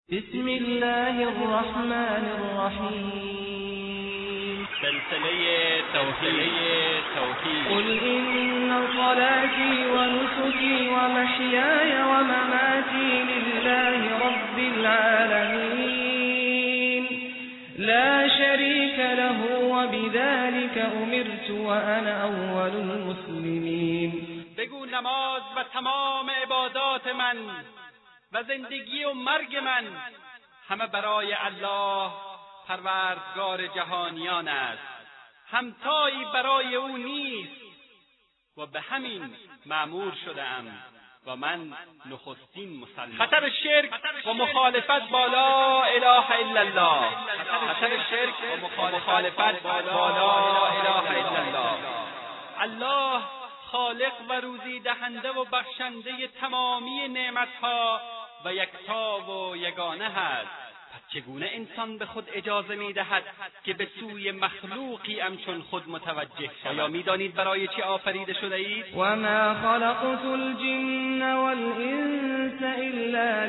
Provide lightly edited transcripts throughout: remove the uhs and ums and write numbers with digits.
بسم الله الرحمن الرحیم. سلسله توحید. قل إن صلاتي ونسكي ومحياي ومماتي لله رب العالمين لا شريك له وبذلك أمرت وأنا أول المسلمين. بگو نماز و تمام عبادات من و زندگی و مرگ من همه برای الله پروردگار جهانیان است، همتایی برای او نیست و به همین مأمور شده‌ام و من نخستین مسلمان. خطر شرک و مخالفت با لا اله الا الله. خطر شرک و مخالفت با لا اله الا الله. الله خالق و روزی دهنده و بخشنده تمامی نعمتها و یکتا و یگانه هست. پس چگونه انسان به خود اجازه می‌دهد که به سوی مخلوقی همچون خود متوجه شود؟ آیا می‌دانید برای چی آفریده شده اید؟ و ما خلقت الجن والانس الا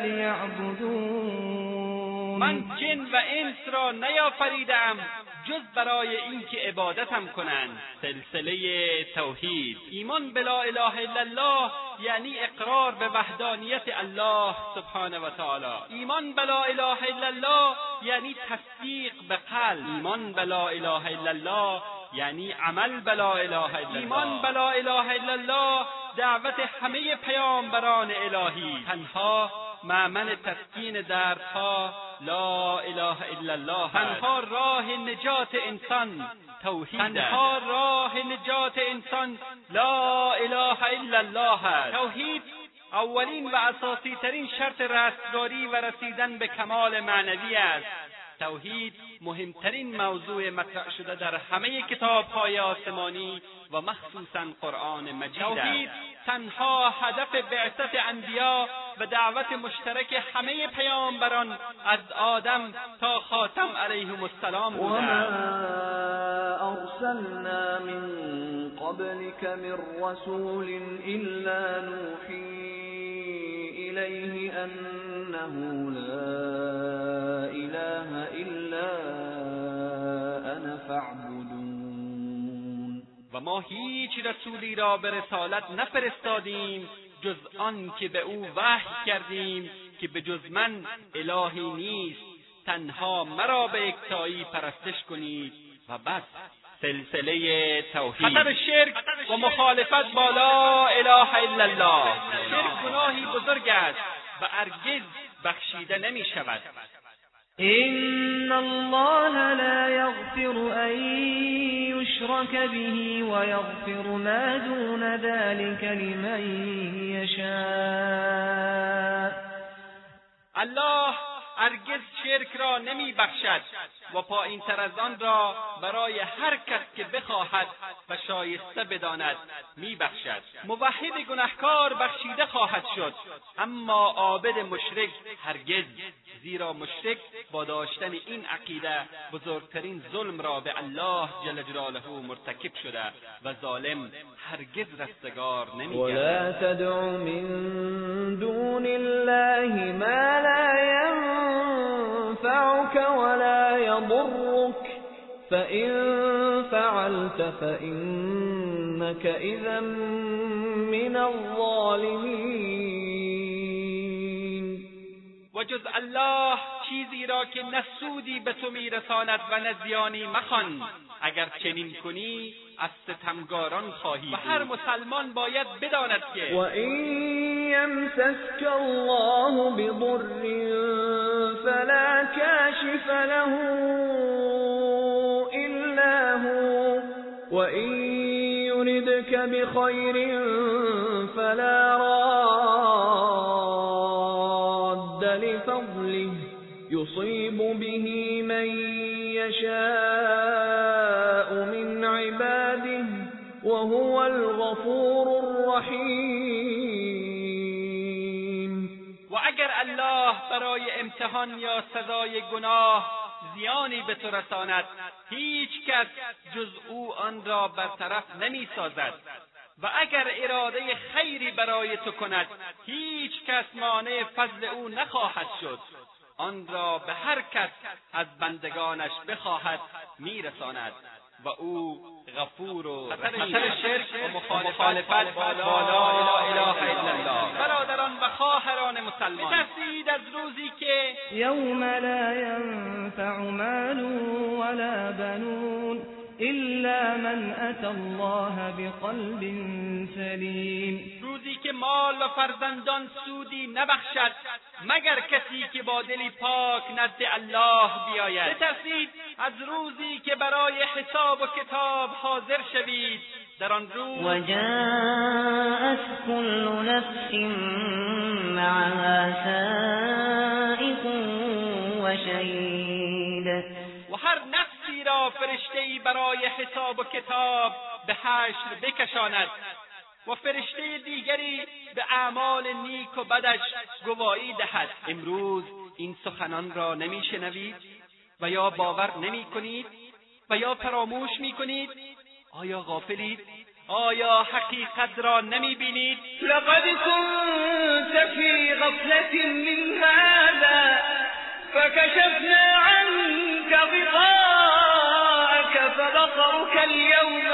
لیعبدون. من جن و انس را نیافریدم جز برای اینکه عبادتم کنند. سلسله توحید. ایمان به لا اله الا الله یعنی اقرار به وحدانیت الله سبحانه و تعالی. ایمان به لا اله الا الله یعنی تصدیق به قلب. ایمان به لا اله الا الله یعنی عمل به لا اله الا الله. ایمان به لا اله الا الله دعوت همه پیامبران الهی. تنها مأمن تسکین دردها لا اله الا الله. تنها راه نجات انسان توحید. تنها راه نجات انسان لا اله الا الله است. توحید اولین و اساسی ترین شرط رستگاری و رسیدن به کمال معنوی است. توحید مهمترین موضوع مطرح شده در همه کتاب‌های آسمانی و مخصوصاً قرآن مجید است. توحید تنها هدف بعثت انبیا و دعوت مشترک همه پیامبران از آدم تا خاتم علیهم السلام بوده است. وما ارسلنا من قبلك من رسول الا نوحی الیه انه لا اله الا انا فاعبدون. و ما هیچ رسولی را به رسالت نفرستادیم جز آن که به او وحی کردیم که به جز من الهی نیست، تنها مرا به یکتایی پرستش کنید و بس. سلسله توحید. خطر شرک و مخالفت با لا اله الا الله. شرک گناهی بزرگ است و هرگز بخشیده نمی شود. إن الله لا يغفر أن يشرك به ويغفر ما دون ذلك لمن يشاء. الله هرگز شرک را نمی بخشد و پایین تر از آن را برای هر کس که بخواهد و شایسته بداند می بخشد. موحد گناهکار بخشیده خواهد شد اما عابد مشرک هرگز، زیرا مشرک با داشتن این عقیده بزرگترین ظلم را به الله جل جلاله مرتکب شده و ظالم هرگز رستگار نمی‌گردد. ولا تدع من دون الله ما لا ينفعك ولا يضرك فإن فعلت فإنك إذا من الظالمين. و جز الله چیزی را که نه سودی به تو میرساند و نه زیانی مخوان. اگر چنین کنی از ستمگاران خواهی. و هر مسلمان باید بداند که و این یمسسک الله بضر فلا کاشف له الا هو و این یردک بخیر فلا راد لفضله یصیب به من یشاء من عباده وهو الغفور الرحیم. و اگر الله برای امتحان یا سزای گناه زیانی به تو رساند هیچ کس جز او آن را برطرف نمی سازد و اگر اراده خیری برای تو کند هیچ کس مانع فضل او نخواهد شد آن را به هر کس از بندگانش بخواهد میرساند و او غفور و رحیم. خطر شرک و مخالفت با لا اله الا الله. برادران و خواهران مسلمان، بترسید از روزی که یوم لا ینفع مال ولا بنون الا من اتى الله بقلب سلیم. روزی که مال و فرزندان سودی نبخشد مگر کسی که با دلی پاک نزد الله بیاید. بترسید از روزی که برای حساب و کتاب حاضر شوید. در آن روز وجاءت كل نفس معها سائق و شهید. و هر نفسی را فرشته‌ای برای حساب و کتاب به حشر بکشاند و فرشته دیگری به اعمال نیک و بدش گواهی دهد. امروز این سخنان را نمیشنوید و یا باور نمیکنید و یا فراموش میکنید. آیا غافلید؟ آیا حقیقت را نمیبینید؟ لقد كنت في غفلة من هذا فكشفنا عنك غطاءك فبصرك اليوم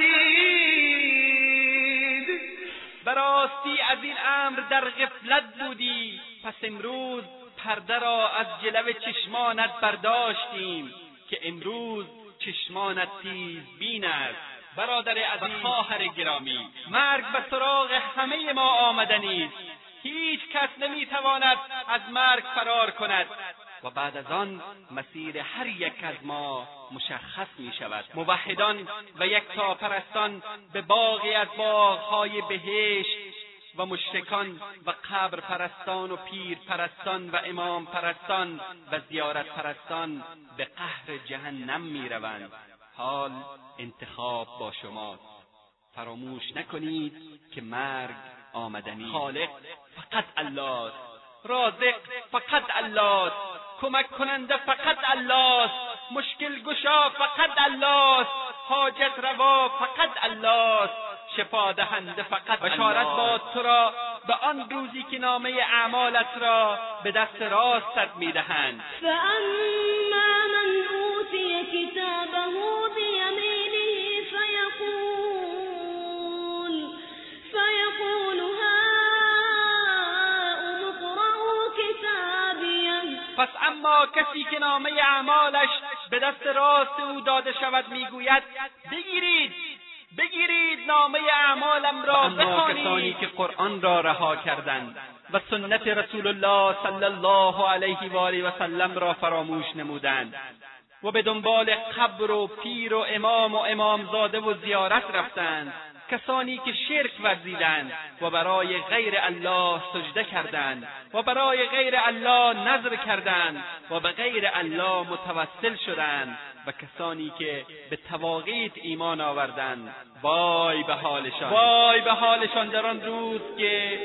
حديد. براستی از این امر در غفلت بودی، پس امروز پرده را از جلو چشمانت برداشتیم که امروز چشمانت تیز بین است. برادر عزیز، خواهر گرامی، مرگ به سراغ همه ما آمدنی است. هیچ کس نمیتواند از مرگ فرار کند و بعد از آن مسیر هر یک از ما مشخص می شود. موحدان و یکتاپرستان به باغی از باغهای بهشت و مشرکان و قبر پرستان و پیر پرستان و امام پرستان و زیارت پرستان به قهر جهنم می روند. حال انتخاب با شماست. فراموش نکنید که مرگ آمدنی. خالق فقط الله است، رازق فقط الله است، کمک کننده فقط الله است، مشکل گشا فقط الله است، حاجت روا فقط الله است، شفا دهنده فقط. بشارت باد تو را به آن روزی که نامه اعمالت را به دست راستت میدهند. فاما من اوتی کتابه بیمینه فیقول هاؤم اقرءوا کتابیه. پس اما کسی که نامه اعمالش به دست راست او داده شود میگوید بگیرید نامه اعمالم را بخوانید. اما کسانی که قرآن را رها کردند و سنت رسول الله صلی الله علیه و آله و سلم را فراموش نمودند و به دنبال قبر و پیر و امامزاده و زیارت رفتند، کسانی که شرک ورزیدند و برای غیر الله سجده کردند و برای غیر الله نذر کردند و به غیر الله متوسل شدند و کسانی که به طواغیت ایمان آوردند، وای به حالشان در آن روز که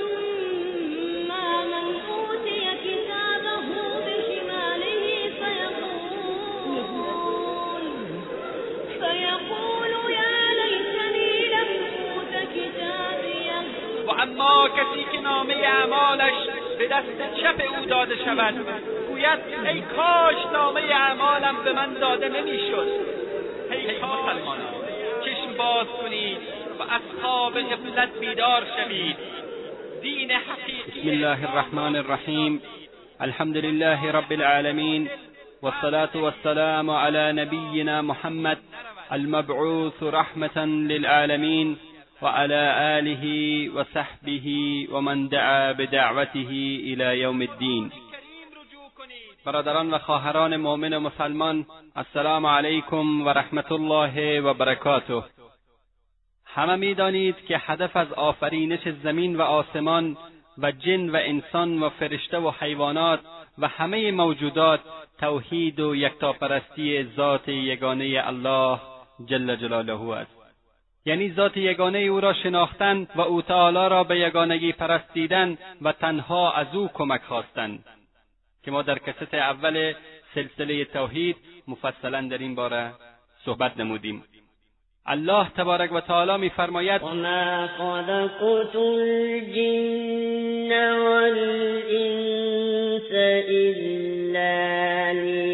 اما کسی که نامه اعمالش به دست چپ او داده شود گوید ای کاش نامه اعمالم به من داده نمیشد. ای مسلمانان، چشم باز کنید و از خواب غفلت بیدار شوید. دین حقیقی. بسم الله الرحمن الرحیم. الحمد لله رب العالمین والصلاة والسلام على نبینا محمد المبعوث رحمة للعالمین وعلى آله وصحبه ومن دعا بدعوته إلى يوم الدين. برادران و خواهران مؤمن و مسلمان، السلام علیکم و رحمت الله و برکاته. همه می‌دانید که هدف از آفرینش زمین و آسمان و جن و انسان و فرشته و حیوانات و همه موجودات توحید و یکتاپرستی ذات یگانه الله جل جلاله است. یعنی ذات یگانه او را شناختن و او تعالی را به یگانگی پرستیدن و تنها از او کمک خواستن که ما در کست اول سلسله توحید مفصلا در این باره صحبت نمودیم. الله تبارک و تعالی می‌فرماید وما خلقت الجن والانس الا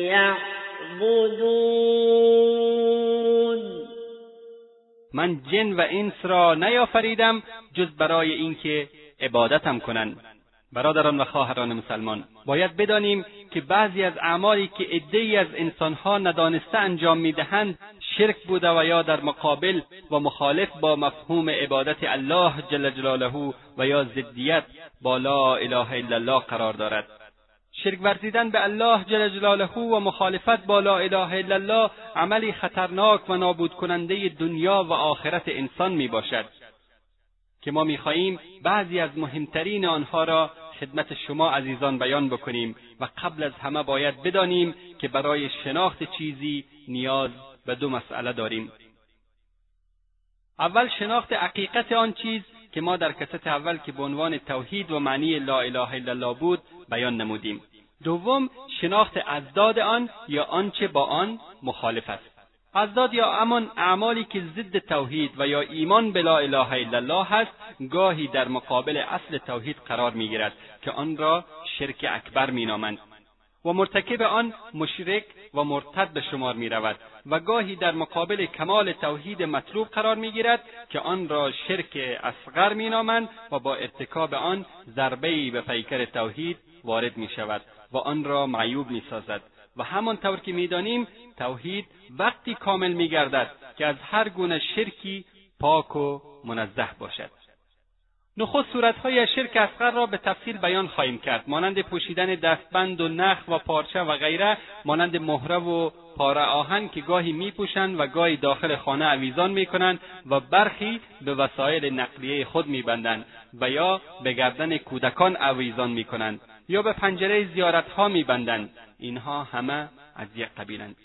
لیعبدون. من جن و انس را نیافریدم جز برای اینکه عبادتم کنند. برادران و خواهران مسلمان، باید بدانیم که بعضی از اعمالی که عده‌ای از انسانها ندانسته انجام می‌دهند شرک بوده و یا در مقابل و مخالف با مفهوم عبادت الله جل جلاله و یا ضدیت با لا اله الا الله قرار دارد. شرک ورزیدن به الله جل جلاله و مخالفت با لا اله الا الله عملی خطرناک و نابود کننده دنیا و آخرت انسان میباشد که ما میخواهیم بعضی از مهمترین آنها را خدمت شما عزیزان بیان بکنیم و قبل از همه باید بدانیم که برای شناخت چیزی نیاز به دو مسئله داریم. اول شناخت حقیقت آن چیز که ما در کست اول که به عنوان توحید و معنی لا اله الا الله بود بیان نمودیم. دوم شناخت اضداد آن یا آنچه با آن مخالف است. اضداد یا همان اعمالی که ضد توحید و یا ایمان به لا اله الا الله هست گاهی در مقابل اصل توحید قرار می‌گیرد که آن را شرک اکبر می‌نامند و مرتکب آن مشرک و مرتد به شمار می‌رود و گاهی در مقابل کمال توحید مطلوب قرار می‌گیرد که آن را شرک اصغر می‌نامند و با ارتکاب آن ضربه‌ای به پیکر توحید وارد می‌شود و آن را معیوب می‌سازد. و همانطور که می‌دانیم توحید وقتی کامل می‌گردد که از هر گونه شرکی پاک و منزه باشد. نخست صورت‌های شرک اصغر را به تفصیل بیان خواهیم کرد، مانند پوشیدن دستبند و نخ و پارچه و غیره، مانند مهره و پاره آهن که گاهی میپوشند و گاهی داخل خانه آویزان میکنند و برخی به وسایل نقلیه خود میبندند و یا به گردن کودکان آویزان میکنند یا به پنجره زیارتها میبندند. اینها همه از یک قبیلند.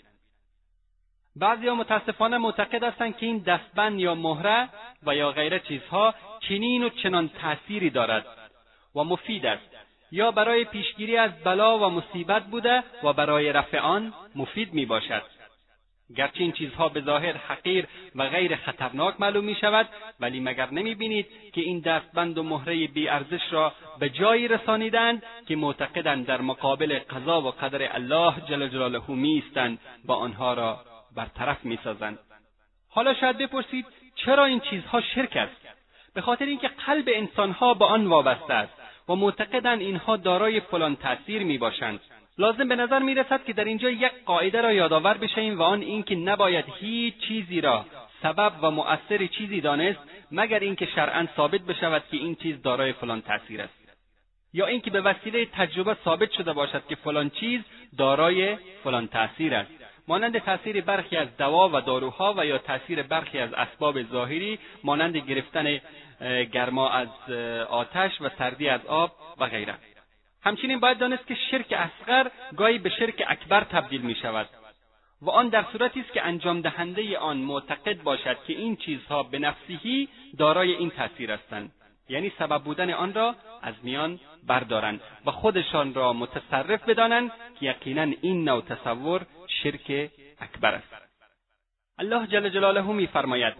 بعضی‌ها متاسفانه معتقد هستند که این دستبند یا مهره و یا غیره چیزها چنین و چنان تأثیری دارد و مفید است یا برای پیشگیری از بلا و مصیبت بوده و برای رفع آن مفید می باشد. گرچه این چیزها به ظاهر حقیر و غیر خطرناک معلوم می شود، ولی مگر نمی بینید که این دستبند و مهره بی ارزش را به جایی رسانیدند که معتقدند در مقابل قضا و قدر الله جل جلاله می ایستند و آنها را برطرف می سازند. حالا شاید بپرسید چرا این چیزها شرک است؟ به خاطر اینکه قلب انسانها به آن وابسته است و معتقدند اینها دارای فلان تأثیر می باشند. لازم به نظر می رسد که در اینجا یک قاعده را یادآور بشویم و آن اینکه نباید هیچ چیزی را سبب و مؤثر چیزی دانست مگر اینکه شرعاً ثابت بشود که این چیز دارای فلان تأثیر است، یا اینکه به وسیله تجربه ثابت شده باشد که فلان چیز دارای فلان تأثیر است، مانند تأثیر برخی از دوا و داروها و یا تأثیر برخی از اسباب ظاهری مانند گرفتن گرما از آتش و سردی از آب و غیره. همچنین باید دانست که شرک اصغر گاهی به شرک اکبر تبدیل می شود و آن در صورتی است که انجام دهنده آن معتقد باشد که این چیزها به نفسهی دارای این تأثیر هستند، یعنی سبب بودن آن را از میان بردارند و خودشان را متصرف بدانند که یقینا این نوع تصور شرک اکبر است. الله جل جلاله می‌فرماید: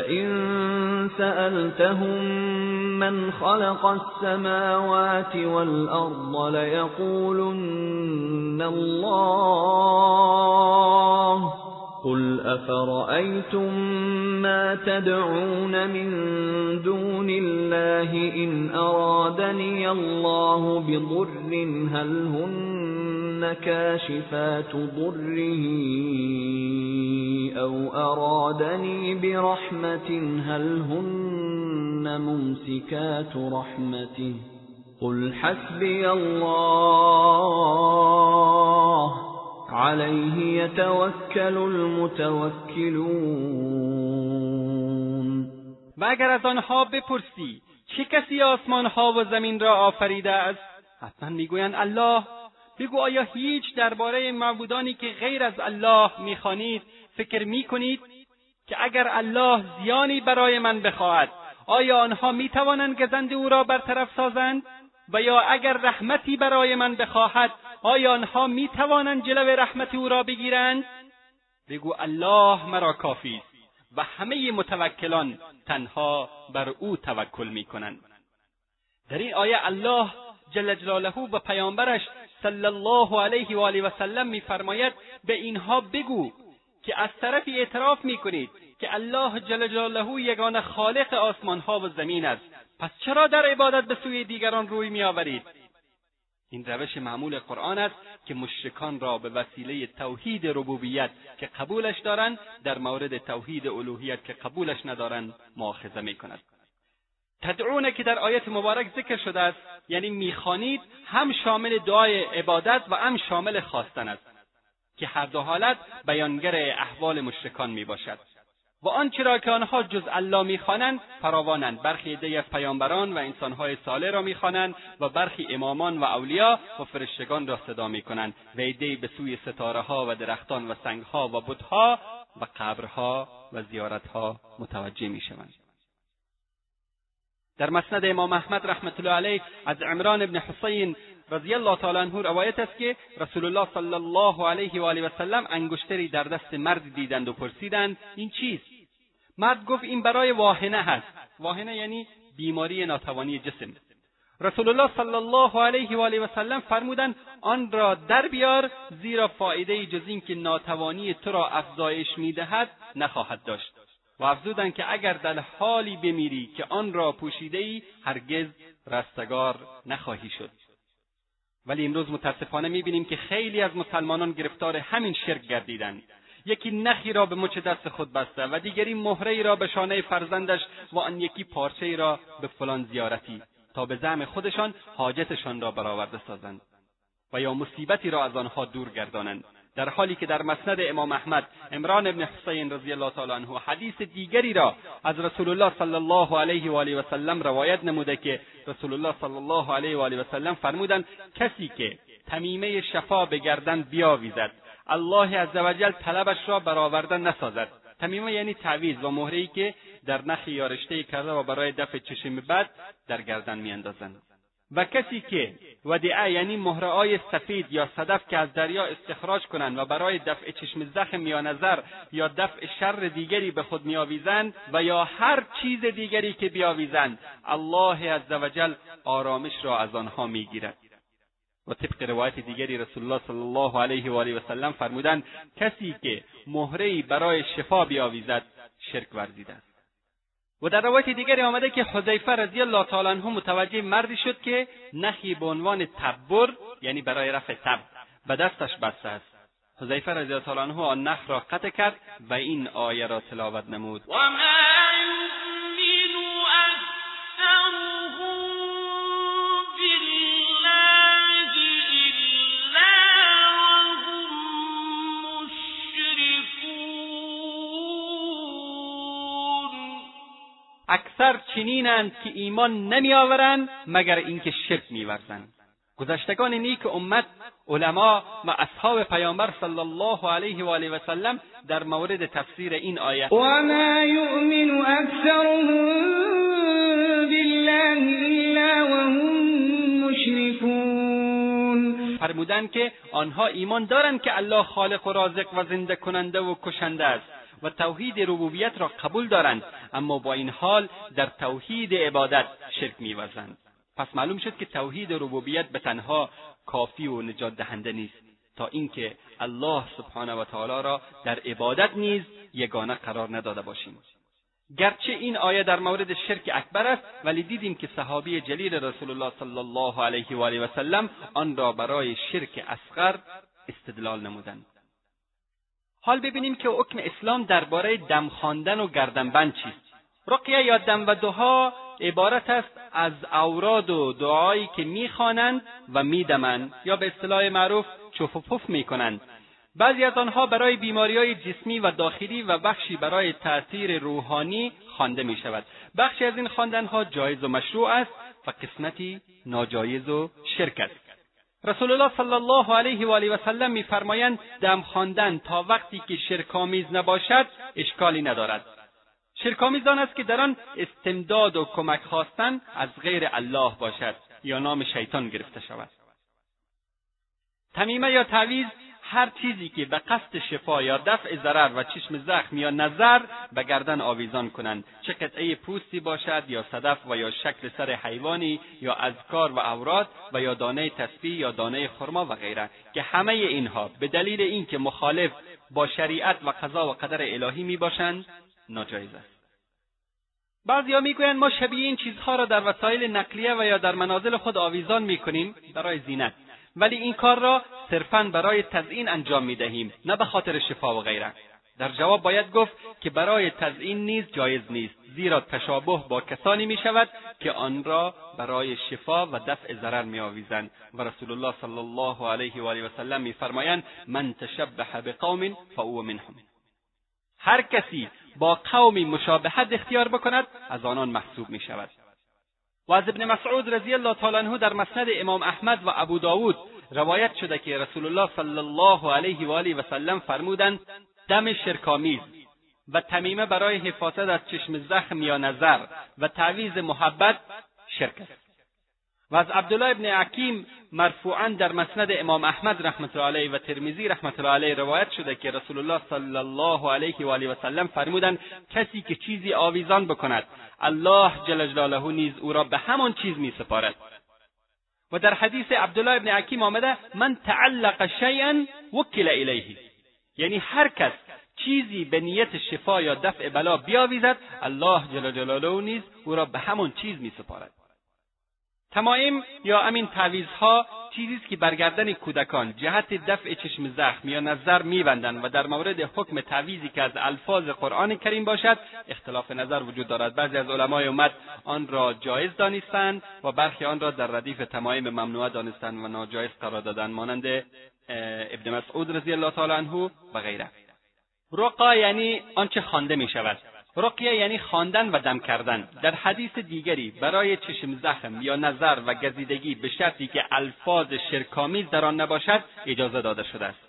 ولئن سألتهم من خلق السماوات والأرض ليقولن الله قل أفرأيتم ما تدعون من دون الله إن أرادني الله بضر هل هن كاشفات ضره أو أرادني برحمة هل هن ممسكات رحمته قل حسبي الله عليه يتوكل المتوكلون. و اگر از آنها بپرسی چه کسی آسمانها و زمین را آفریده است، حتما میگویند الله. بگو آیا هیچ درباره معبودانی که غیر از الله میخوانید فکر میکنید که اگر الله زیانی برای من بخواهد آیا آنها میتوانند گزند او را برطرف سازند؟ و یا اگر رحمتی برای من بخواهد آیا آنها میتوانند جلو رحمت او را بگیرند؟ بگو الله مرا کافی است و همه متوکلان تنها بر او توکل میکنند. در این آیه الله جل جلاله و پیامبرش صلی الله علیه و آله و سلم میفرماید به اینها بگو که از طرفی اعتراف میکنید که الله جل جلاله یگانه خالق آسمانها و زمین است، پس چرا در عبادت به سوی دیگران روی میآورید؟ این روش معمول قرآن است که مشرکان را به وسیله توحید ربوبیت که قبولش دارند در مورد توحید الوهیت که قبولش ندارند مؤاخذه میکند. تدعون که در آیت مبارک ذکر شده است، یعنی میخوانید، هم شامل دعای عبادت و هم شامل خواستن است که هر دو حالت بیانگر احوال مشرکان میباشد. و آنچه را که آنها جز الله میخوانند فراوانند. برخی عده‌ای از پیامبران و انسانهای صالح را میخوانند و برخی امامان و اولیا و فرشتگان را صدا میکنند و عده‌ای به سوی ستاره‌ها و درختان و سنگ‌ها و بت‌ها و قبرها و زیارت‌ها متوجه میشوند. در مسند امام احمد رحمت الله علیه از عمران بن حسین رضی الله تعالی عنه روایت است که رسول الله صلی الله علیه و آله و سلم انگشتری در دست مرد دیدند و پرسیدند این چیست؟ مرد گفت این برای واهنه هست. واهنه یعنی بیماری ناتوانی جسم. رسول الله صلی الله علیه و آله و سلم فرمودند آن را در بیار، زیرا فایده جز این که ناتوانی تو را افزایش میدهد نخواهد داشت. و افزودند که اگر در حالی بمیری که آن را پوشیده‌ای هرگز رستگار نخواهی شد. ولی امروز متاسفانه می‌بینیم که خیلی از مسلمانان گرفتار همین شرک گردیدند. یکی نخی را به مچ دست خود بسته و دیگری مهره‌ای را به شانه فرزندش و آن یکی پارچه‌ای را به فلان زیارتی، تا به زعم خودشان حاجتشان را برآورده سازند و یا مصیبتی را از آنها دور گردانند، در حالی که در مسند امام احمد عمران بن حسین رضی الله تعالی عنه حدیث دیگری را از رسول الله صلی الله علیه و آله و سلم روایت نموده که رسول الله صلی الله علیه و آله و سلم فرمودند کسی که تمیمه شفا به گردن بیاویزد الله عزوجل طلبش را برآورده نسازد. تمیمه یعنی تعویذ و مهره‌ای که در نخ یا رشته کرده و برای دفع چشم بد در گردن میاندازند. و کسی که ودیعه یعنی مهره‌های سفید یا صدف که از دریا استخراج کنند و برای دفع چشم زخم یا نظر یا دفع شر دیگری به خود میآویزند و یا هر چیز دیگری که بیاویزند الله عزوجل آرامش را از آنها میگیرد. و طبق روایت دیگری رسول الله صلی الله علیه و آله و سلم فرمودند کسی که مهره‌ای برای شفا بیاویزد شرک ورزیده است. و در روایت دیگری آمده که حذیفه رضی الله تعالی عنه متوجه مردی شد که نخی به عنوان تبر یعنی برای رفع تب به دستش بسته است. حذیفه رضی الله تعالی عنه آن نخ را قطع کرد و این آیه را تلاوت نمود. اکثر چنینند که ایمان نمیآورند مگر اینکه شرک می‌ورزند. گذشتگان نیک امت، علما و اصحاب پیامبر صلی الله علیه و آله و سلم در مورد تفسیر این آیه و ما یؤمن اکثرهم بالله الا وهم مشركون فرمودند که آنها ایمان دارند که الله خالق و رازق و زنده کننده و کشنده است و توحید ربوبیت را قبول دارند، اما با این حال در توحید عبادت شرک می‌ورزند. پس معلوم شد که توحید ربوبیت به تنها کافی و نجات دهنده نیست، تا اینکه الله سبحانه و تعالی را در عبادت نیز یگانه قرار نداده باشیم. گرچه این آیه در مورد شرک اکبر است، ولی دیدیم که صحابی جلیل رسول الله صلی الله علیه و آله و سلم آن را برای شرک اصغر استدلال نمودند. حال ببینیم که حکم اسلام درباره دم خواندن و گردنبند چیست. رقیه یا دم و دعا عبارت است از اوراد و دعایی که میخوانند و میدمند یا به اصطلاح معروف چف و پف میکنند. بعضی از آنها برای بیماریهای جسمی و داخلی و بخشی برای تأثیر روحانی خوانده میشود. بخشی از این خواندنها جایز و مشروع است و قسمتی ناجایز و شرک است. رسول الله صلی الله علیه و آله و سلم می‌فرمایند دم خواندن تا وقتی که شرک‌آمیز نباشد اشکالی ندارد. شرک‌آمیز آن است که در آن استمداد و کمک خواستن از غیر الله باشد یا نام شیطان گرفته شود. تمیمه یا تعویذ هر چیزی که به قصد شفا یا دفع ضرر و چشم زخم یا نظر به گردن آویزان کنند، چه قطعه پوستی باشد یا صدف و یا شکل سر حیوانی یا اذکار و اوراد و یا دانه تسبیح یا دانه خرما و غیره، که همه اینها به دلیل اینکه مخالف با شریعت و قضا و قدر الهی میباشند ناجایز است. بعضیا میگویند ما شبیه این چیزها را در وسایل نقلیه و یا در منازل خود آویزان میکنیم برای زینت، ولی این کار را صرفاً برای تزیین انجام میدهیم، نه به خاطر شفا و غیره. در جواب باید گفت که برای تزیین نیز جایز نیست، زیرا تشابه با کسانی میشود که آن را برای شفا و دفع ضرر میآویزند و رسول الله صلی الله علیه و آله و سلم میفرمایند من تشبه بقوم فهو منهم. هر کسی با قومی مشابهت اختیار بکند از آنان محسوب می شود. و از ابن مسعود رضی الله تعالی عنه در مسند امام احمد و ابو داود روایت شده که رسول الله صلی الله علیه و آله و سلم فرمودند دم شرک‌آمیز و تمیمه برای حفاظت از چشم زخم یا نظر و تعویض محبت شرک است. و از عبدالله ابن حکیم مرفوعاً در مسند امام احمد رحمت الله علیه و ترمذی رحمت الله علیه روایت شده که رسول الله صلی الله علیه و آله و سلم فرمودند کسی که چیزی آویزان بکند الله جل جلاله نیز او را به همان چیز می‌سپارد. و در حدیث عبدالله ابن حکیم آمده من تعلق شیئا وکل الیه، یعنی هر کس چیزی به نیت شفا یا دفع بلا بیاویزد الله جل جلاله نیز او را به همان چیز می‌سپارد. تمائم یا امین تعویضها چیزی است که بر گردن کودکان جهت دفع چشم زخم یا نظر می‌بندند و در مورد حکم تعویضی که از الفاظ قرآن کریم باشد اختلاف نظر وجود دارد. بعضی از علمای امت آن را جایز دانستند و برخی آن را در ردیف تمائم ممنوعه دانستند و ناجایز قرار دادند، مانند ابن مسعود رضی الله تعالی عنه و غیره. رقا یعنی آنچه خوانده می‌شود. رقیه یعنی خواندن و دم کردن. در حدیث دیگری برای چشم زخم یا نظر و گزیدگی به شرطی که الفاظ شرک‌آمیز در آن نباشد اجازه داده شده است.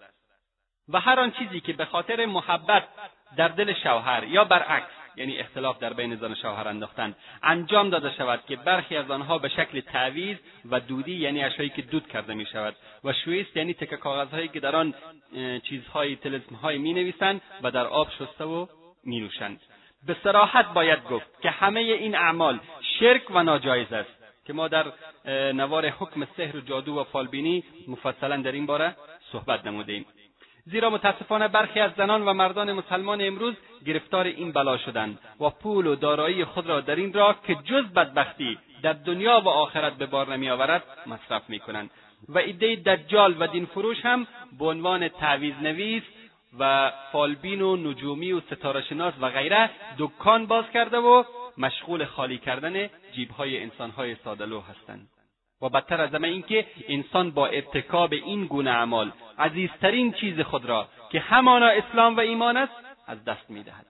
و هر آن چیزی که به خاطر محبت در دل شوهر یا برعکس، یعنی اختلاف در بین زن و شوهر انداختن، انجام داده شود که برخی از آنها به شکل تعویض و دودی یعنی اشیایی که دود کرده می شود و شویست یعنی تکه کاغذهایی که در آن چیزهای طلسم‌هایی می‌نویسند و در آب شسته و می‌نوشند. به صراحت باید گفت که همه این اعمال شرک و ناجایز است که ما در نوار حکم سحر و جادو و فالبینی مفصلا در این باره صحبت نمودیم. زیرا متاسفانه برخی از زنان و مردان مسلمان امروز گرفتار این بلا شدند و پول و دارایی خود را در این راه که جز بدبختی در دنیا و آخرت به بار نمیآورد مصرف میکنند. و عده دجال و دین فروش هم به عنوان تعویض نویس و فالبین و نجومی و ستاره شناس و غیره دکان باز کرده و مشغول خالی کردن جیب‌های انسان‌های ساده‌لوح هستند. و بدتر از همه این که انسان با ارتکاب این گونه اعمال عزیزترین چیز خود را که همانا اسلام و ایمان است از دست می‌دهد.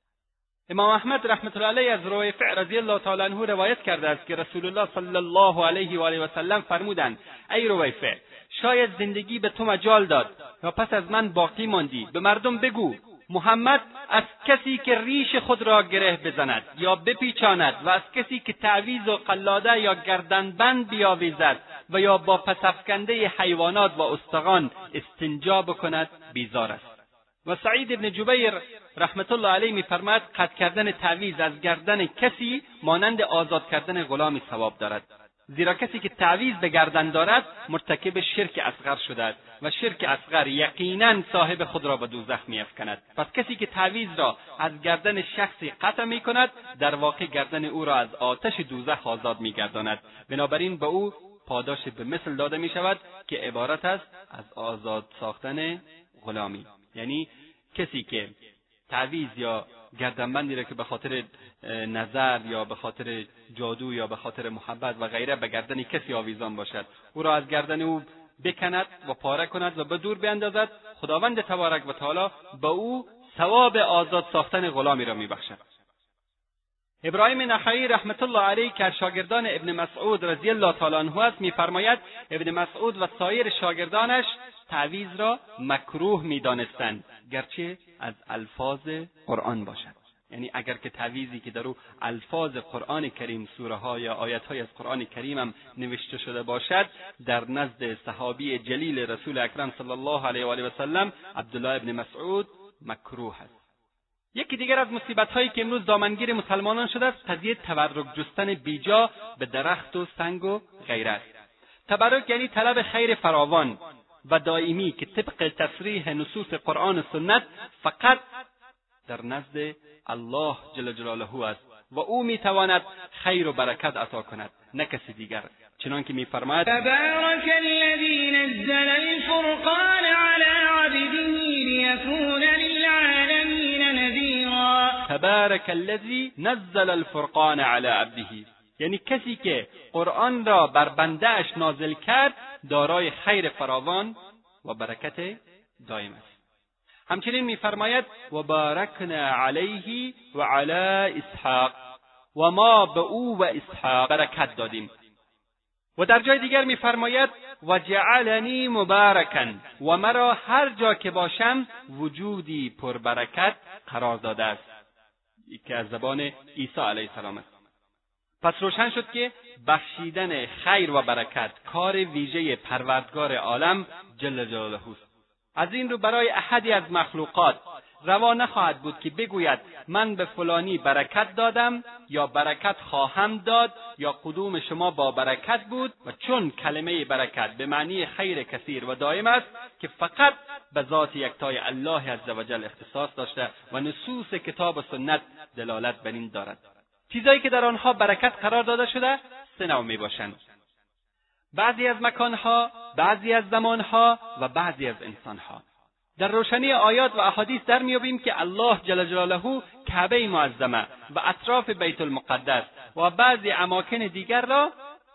امام احمد رحمت الله علیه از رویفع رضی الله تعالی عنه روایت کرده است که رسول الله صلی الله علیه و آله و سلم فرمودند ای رویفع، شاید زندگی به تو مجال داد و پس از من باقی ماندی، به مردم بگو محمد از کسی که ریش خود را گره بزند یا بپیچاند و از کسی که تعویض و قلاده یا گردنبند بیاویزد و یا با پسافکنده حیوانات و استخوان استنجا بکند بیزار است. و سعید ابن جبیر رحمت الله علیه می‌فرماید قطع کردن تعویض از گردن کسی مانند آزاد کردن غلامی ثواب دارد، زیرا کسی که تعویض به گردن دارد مرتکب شرک اصغر شده است و شرک اصغر یقینا صاحب خود را به دوزخ می‌افکند. پس کسی که تعویض را از گردن شخصی قطع می‌کند در واقع گردن او را از آتش دوزخ آزاد می‌گرداند. بنابراین به او پاداش به مثل داده می‌شود که عبارت است از آزاد ساختن غلامی. یعنی کسی که تعویض یا گردنبندی را که به خاطر نظر یا به خاطر جادو یا به خاطر محبت و غیره به گردن کسی آویزان باشد، او را از گردن او بکند و پاره کند و به دور بیندازد، خداوند تبارک و تعالی به او ثواب آزاد ساختن غلامی را میبخشد. ابراهیم نخعی رحمت الله علیه که شاگردان ابن مسعود رضی الله تعالی عنه است میفرماید ابن مسعود و سایر شاگردانش تعویض را مکروه می‌دانستند گرچه از الفاظ قرآن باشد. یعنی اگر که تعویضی که در او الفاظ قرآن کریم، سوره ها یا آیت های از قرآن کریم هم نوشته شده باشد، در نزد صحابی جلیل رسول اکرم صلی الله علیه و آله و سلم عبدالله ابن مسعود مکروه است. یکی دیگر از مصیبت‌هایی که امروز دامنگیر مسلمانان شده است، قضیه تبرک جستن بیجا به درخت و سنگ و غیره است. تبرک یعنی طلب خیر فراوان و دائمی که طبق تصریح نصوص قرآن و سنت فقط در نزد الله جل جلاله است و او میتواند خیر و برکت عطا کند، نه کسی دیگر. چنانکه میفرماید تبارک الذی نزل الفرقان علی عبده لیکون للعالمین نذیرا. تبارک الذی نزل الفرقان علی عبده، یعنی کسی که قرآن را بر بنده‌اش نازل کرد دارای خیر فراوان و برکت دائم است. همچنین می‌فرماید و بارکنا علیه و علی اسحاق، و ما به او و اسحاق برکت دادیم. و در جای دیگر می‌فرماید و جعلنی مبارکا، و مرا هر جا که باشم وجودی پربرکت قرار داده است، که از زبان عیسی علیه السلام است. پس روشن شد که بخشیدن خیر و برکت کار ویژه پروردگار عالم جل جلاله است. از این رو برای احدی از مخلوقات روا نخواهد بود که بگوید من به فلانی برکت دادم یا برکت خواهم داد یا قدوم شما با برکت بود، و چون کلمه برکت به معنی خیر کثیر و دائم است که فقط به ذات یکتای الله عزوجل اختصاص داشته و نصوص کتاب و سنت دلالت بر این دارد. چیزایی که در آنها برکت قرار داده شده سه نوع میباشند: بعضی از مکانها، بعضی از زمانها و بعضی از انسانها. در روشنی آیات و احادیث در میابیم که الله جل جلاله کعبه معظمه و اطراف بیت المقدس و بعضی اماکن دیگر را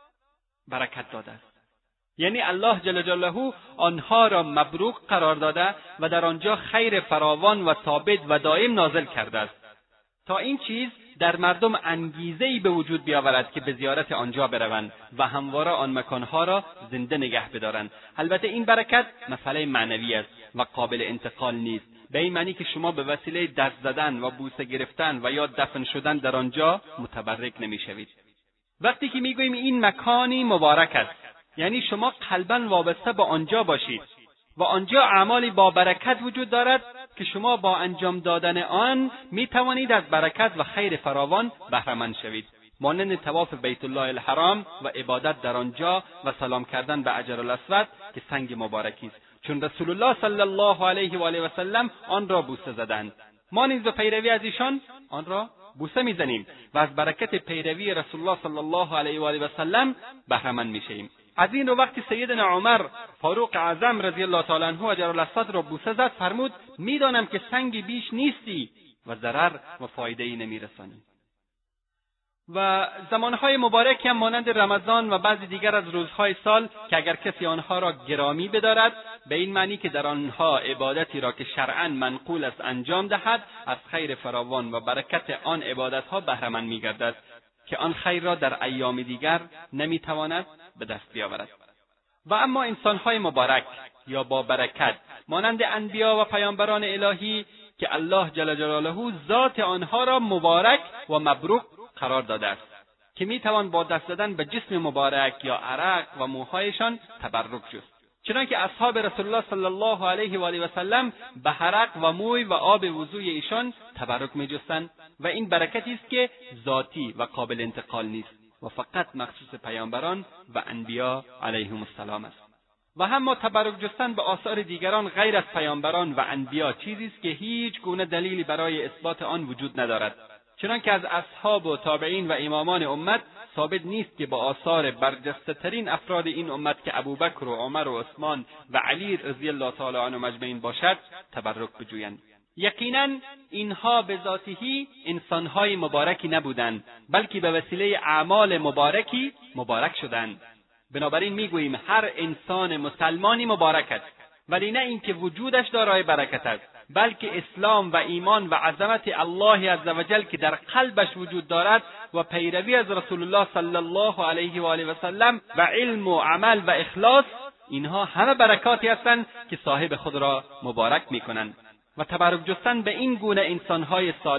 برکت داده است. یعنی الله جل جلاله آنها را مبروک قرار داده و در آنجا خیر فراوان و ثابت و دائم نازل کرده است تا این چیز در مردم انگیزه‌ای به وجود بیاورد که به زیارت آنجا بروند و همواره آن مکانها را زنده نگه بدارند. البته این برکت مسئله معنوی است و قابل انتقال نیست، به این معنی که شما به وسیله دست زدن و بوسه گرفتن و یا دفن شدن در آنجا متبرک نمی‌شوید. وقتی که میگوییم این مکانی مبارک است، یعنی شما قلباً وابسته به آنجا باشید و آنجا اعمالی با برکت وجود دارد که شما با انجام دادن آن می توانید از برکت و خیر فراوان بهره مند شوید، مانند طواف بیت الله الحرام و عبادت در آنجا و سلام کردن به حجر الاسود که سنگ مبارکی است، چون رسول الله صلی الله علیه و آله و سلم آن را بوسه زدند. ما نیز به پیروی از ایشان آن را بوسه میزنیم و از برکت پیروی رسول الله صلی الله علیه و آله و سلم بهره مند میشیم. از این رو وقتی سیدنا عمر فاروق اعظم رضی الله تعالی عنه اجرالاسود را بوسه زد فرمود میدانم که سنگی بیش نیستی و ضرر و فایده‌ای نمیرسانی. و زمانهای مبارک هم مانند رمضان و بعضی دیگر از روزهای سال که اگر کسی آنها را گرامی بدارد، به این معنی که در آنها عبادتی را که شرعاً منقول است انجام دهد، از خیر فراوان و برکت آن عبادتها بهره مند می‌گردد که آن خیر را در ایام دیگر نمیتواند به دست بیاورد. و اما انسانهای مبارک یا با برکت مانند انبیا و پیامبران الهی که الله جل جلاله ذات آنها را مبارک و مبروک قرار داده است که میتوان با دست زدن به جسم مبارک یا عرق و موهایشان تبرک جست، چنانکه اصحاب رسول الله صلی الله علیه و آله و سلم به عرق و موی و آب وضوی ایشان تبرک میجستند و این برکتی است که ذاتی و قابل انتقال نیست و فقط مخصوص پیامبران و انبیا علیهم السلام است. و اما تبرک جستن به آثار دیگران غیر از پیامبران و انبیا چیزی است که هیچ گونه دلیلی برای اثبات آن وجود ندارد، چنانکه از اصحاب و تابعین و امامان امت ثابت نیست که با آثار برجسته‌ترین افراد این امت که ابوبکر و عمر و عثمان و علی رضی الله تعالی عنهم اجمعین باشد تبرک بجویند. یقینا اینها به ذاتهی انسانهای مبارکی نبودند، بلکه به وسیله اعمال مبارکی مبارک شدند. بنابراین میگوییم هر انسان مسلمانی مبارک است، ولی نه اینکه وجودش دارای برکت است، بلکه اسلام و ایمان و عظمت الله عزوجل که در قلبش وجود دارد و پیروی از رسول الله صلی الله علیه و آله و سلم و علم و عمل و اخلاص، اینها همه برکاتی هستند که صاحب خود را مبارک میکنند. و تبرک جستن به این گونه انسانهای صالح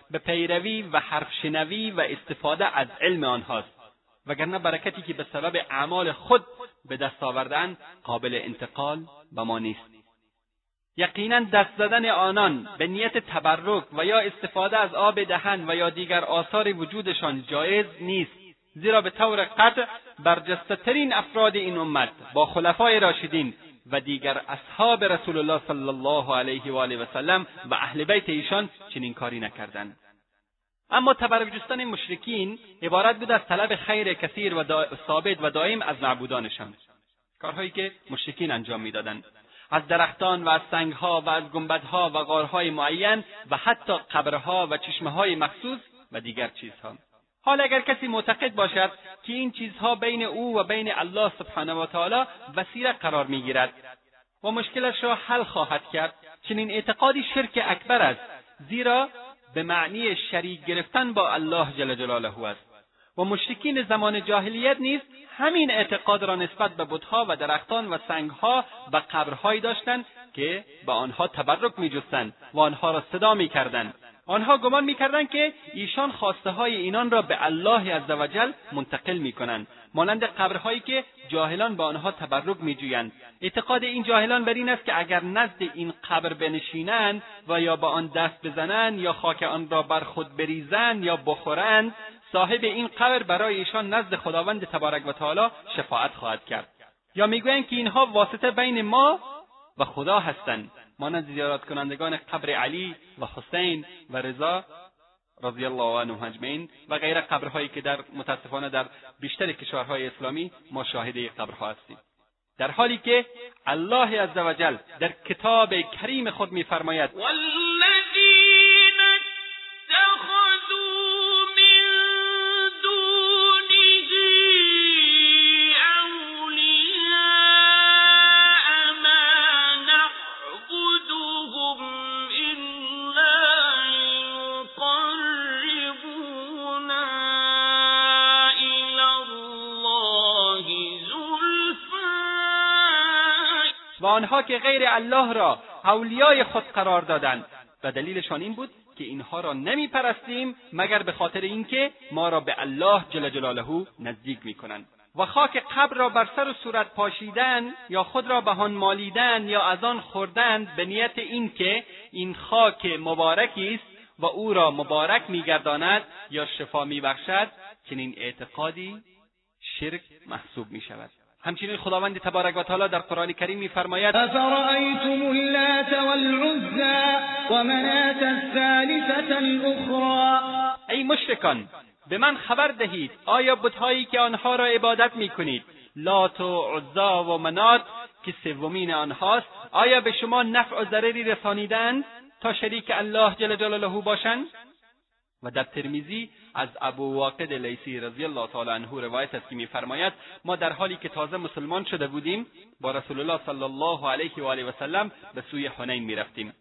به پیروی و حرف شنوی و استفاده از علم آنهاست، وگرنه برکتی که به سبب اعمال خود به دست آوردن قابل انتقال به ما نیست. یقینا دست زدن آنان به نیت تبرک و یا استفاده از آب دهن و یا دیگر آثار وجودشان جایز نیست، زیرا به طور قطع برجسته‌ترین افراد این امت با خلفای راشدین و دیگر اصحاب رسول الله صلی الله علیه و آله و سلم و اهل بیت ایشان چنین کاری نکردند. اما تبرک جستن مشرکین عبارت بود از طلب خیر کثیر و ثابت و دائم از معبودانشان، کارهایی که مشرکین انجام میدادند، از درختان و از سنگها و از گنبدها و غارهای معین و حتی قبرها و چشمه‌های مخصوص و دیگر چیزها. حال اگر کسی معتقد باشد که این چیزها بین او و بین الله سبحانه و تعالی وسیله قرار میگیرد و مشکلش را حل خواهد کرد، چنین اعتقادی شرک اکبر است، زیرا به معنی شریک گرفتن با الله جل جلاله است. و مشرکین زمان جاهلیت نیز همین اعتقاد را نسبت به بت‌ها و درختان و سنگ‌ها و قبرهایی داشتند که به آنها تبرک می‌جستند و آنها را صدا می‌کردند. آنها گمان می‌کردند که ایشان خواسته‌های اینان را به الله عزوجل منتقل می‌کنند، مانند قبرهایی که جاهلان به آنها تبرک می‌جویند. اعتقاد این جاهلان بر این است که اگر نزد این قبر بنشینند و یا به آن دست بزنند یا خاک آن را بر خود بریزند یا بخورند، صاحب این قبر برای ایشان نزد خداوند تبارک و تعالی شفاعت خواهد کرد. یا میگویند که اینها واسطه بین ما و خدا هستند، مانند زیارت کنندگان قبر علی و حسین و رضا رضی الله عنهم اجمعین و غیر قبرهایی که متاسفانه در بیشتر کشورهای اسلامی ما شاهد قبرها هستیم، در حالی که الله عزوجل در کتاب کریم خود می‌فرماید و آنها که غیر الله را اولیای خود قرار دادند و دلیلشان این بود که اینها را نمیپرستیم مگر به خاطر اینکه ما را به الله جل جلاله نزدیک میکنند. و خاک قبر را بر سر و صورت پاشیدن یا خود را به آن مالیدن یا از آن خوردند به نیت اینکه این خاک مبارکی است و او را مبارک میگرداند یا شفا میبخشد، چنین اعتقادی شرک محسوب میشود. همچنین خداوند تبارک و تعالی در قرآن کریم می‌فرماید افرأیتم اللات والعزى ومناة الثالثة الأخرى. ای مشرکان، به من خبر دهید آیا بت‌هایی که آنها را عبادت می‌کنید، لات و عزا و منات که سومین آنهاست، آیا به شما نفع و ضرری رسانیدند تا شریک الله جل جلاله باشند؟ و در ترمذی از ابو واقد لیثی رضی الله تعالی عنه روایت است که می‌فرماید ما در حالی که تازه مسلمان شده بودیم با رسول الله صلی الله علیه و آله و سلم به سوی حنین می‌رفتیم.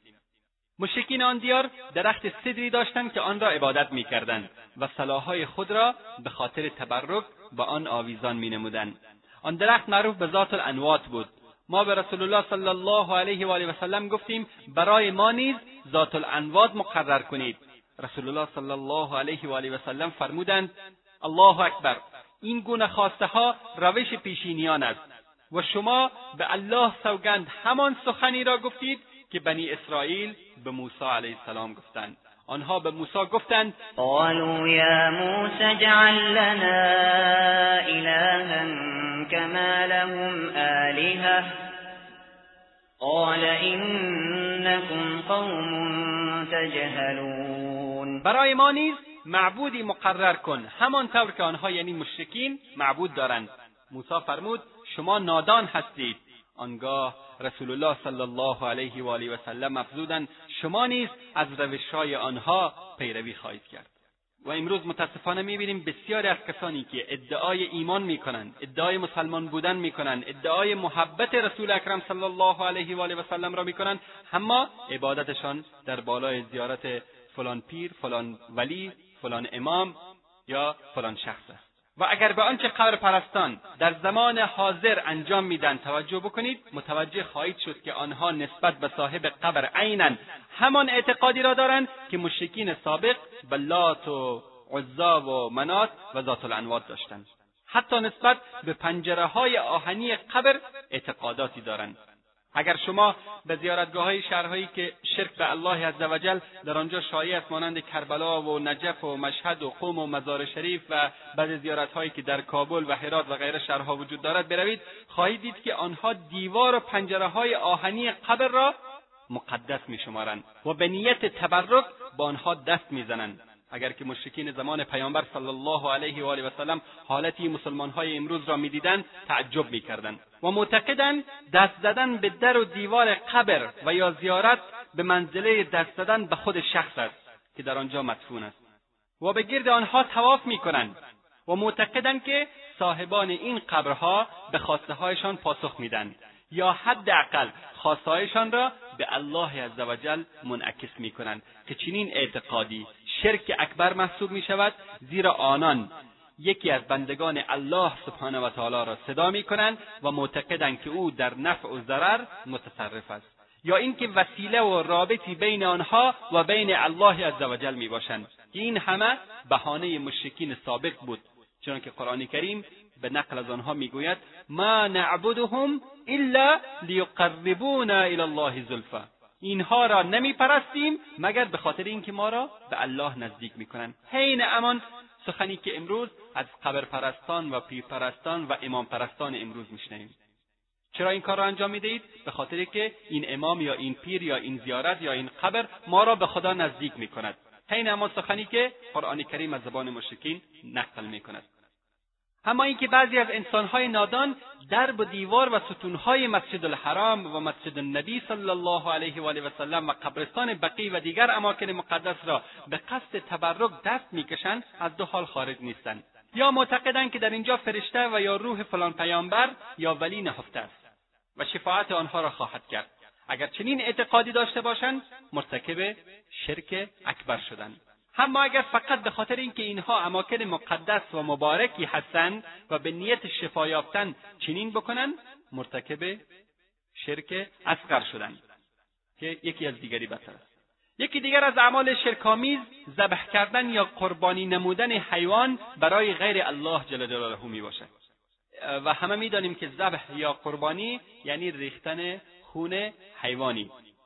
مشرکین آن دیار درخت سدری داشتند که آن را عبادت می‌کردند و سلاح‌های خود را به خاطر تبرک با آن آویزان می‌نمودند. آن درخت معروف به ذات الانوات بود. ما به رسول الله صلی الله علیه و آله و سلم گفتیم برای ما نیز ذات الانوات مقرر کنید. رسول الله صلی الله علیه و آله و سلم فرمودند الله اکبر، این گونه خواسته ها روش پیشینیان است و شما به الله سوگند همان سخنی را گفتید که بنی اسرائیل به موسی علیه السلام گفتند. آنها به موسی گفتند قالوا یا موسی اجعل لنا الها كما لهم آلهة قال انکم قوم تجهلون. برای ما نیز معبودی مقرر کن همانطور که آنها یعنی مشرکین معبود دارند. موسی فرمود شما نادان هستید. آنگاه رسول الله صلی الله علیه و آله و سلم افزودند شما نیز از روش‌های آنها پیروی خواهید کرد. و امروز متاسفانه می‌بینیم بسیاری از کسانی که ادعای ایمان می‌کنند، ادعای مسلمان بودن می‌کنند، ادعای محبت رسول اکرم صلی الله علیه و آله و سلم را می‌کنند، اما عبادتشان در بالای زیارت فلان پیر، فلان ولی، فلان امام یا فلان شخص است. و اگر به آنچه قبر پرستان در زمان حاضر انجام میدن توجه بکنید، متوجه خواهید شد که آنها نسبت به صاحب قبر عیناً همان اعتقادی را دارند که مشرکین سابق به لات و عزی و منات و ذات الانواط داشتند. حتی نسبت به پنجره‌های آهنی قبر اعتقاداتی دارند. اگر شما به زیارتگاه‌های شهرهایی که شرک به الله عزوجل در آنجا شایع است مانند کربلا و نجف و مشهد و قم و مزار شریف و بعضی زیارت‌هایی که در کابل و هرات و غیره شهرها وجود دارد بروید، خواهید دید که آنها دیوار و پنجره‌های آهنی قبر را مقدس می‌شمارند و به نیت تبرک با آنها دست می‌زنند. اگر که مشرکین زمان پیامبر صلی الله علیه و آله و سلم حالتی مسلمان‌های امروز را می‌دیدند تعجب می‌کردند و معتقدند دست زدن به در و دیوار قبر و یا زیارت به منزله دست زدن به خود شخص است که در آنجا مدفون است و به گرد آنها طواف می‌کنند و معتقدند که صاحبان این قبرها به خواسته‌هایشان پاسخ می‌دهند یا حداقل خواسته‌هایشان را به الله عزوجل منعکس می‌کنند که چنین اعتقادی شرک اکبر محسوب می‌شود، زیرا آنان یکی از بندگان الله سبحانه و تعالی را صدا می‌کنند و معتقدند که او در نفع و ضرر متصرف است، یا اینکه وسیله و رابطی بین آنها و بین الله عزوجل میباشند. این همه بهانه مشرکین سابق بود، چنانکه قرآن کریم به نقل از آنها میگوید ما نعبدهم الا لیقربونا الی الله زلفا. اینها را نمیپرستیم مگر به خاطر اینکه ما را به الله نزدیک میکنند. حین امان سخنی که امروز از قبرپرستان و پیرپرستان و امام پرستان امروز میشنویم. چرا این کار را انجام میدهید؟ به خاطر که این امام یا این پیر یا این زیارت یا این قبر ما را به خدا نزدیک میکند. حین امان سخنی که قرآن کریم از زبان مشرکین نقل میکند. اما اینکه بعضی از انسانهای نادان درب و دیوار و ستونهای مسجد الحرام و مسجد النبی صلی الله علیه و آله و سلم و قبرستان بقیع و دیگر اماکن مقدس را به قصد تبرک دست میکشند، از دو حال خارج نیستند. یا معتقدند که در اینجا فرشته و یا روح فلان پیامبر یا ولی نهفته است و شفاعت آنها را خواهد کرد. اگر چنین اعتقادی داشته باشند مرتکب شرک اکبر شدند. اما اگر فقط به خاطر اینکه اینها اماکن مقدس و مبارکی هستند و به نیت شفا یافتن چنین بکنند مرتکب شرک اصغر شدند که یکی از دیگری بهتر است. یکی دیگر از اعمال شرک‌آمیز ذبح کردن یا قربانی نمودن حیوان برای غیر الله جل جلاله می باشد و همه می‌دانیم که ذبح یا قربانی یعنی ریختن خون حیوانی.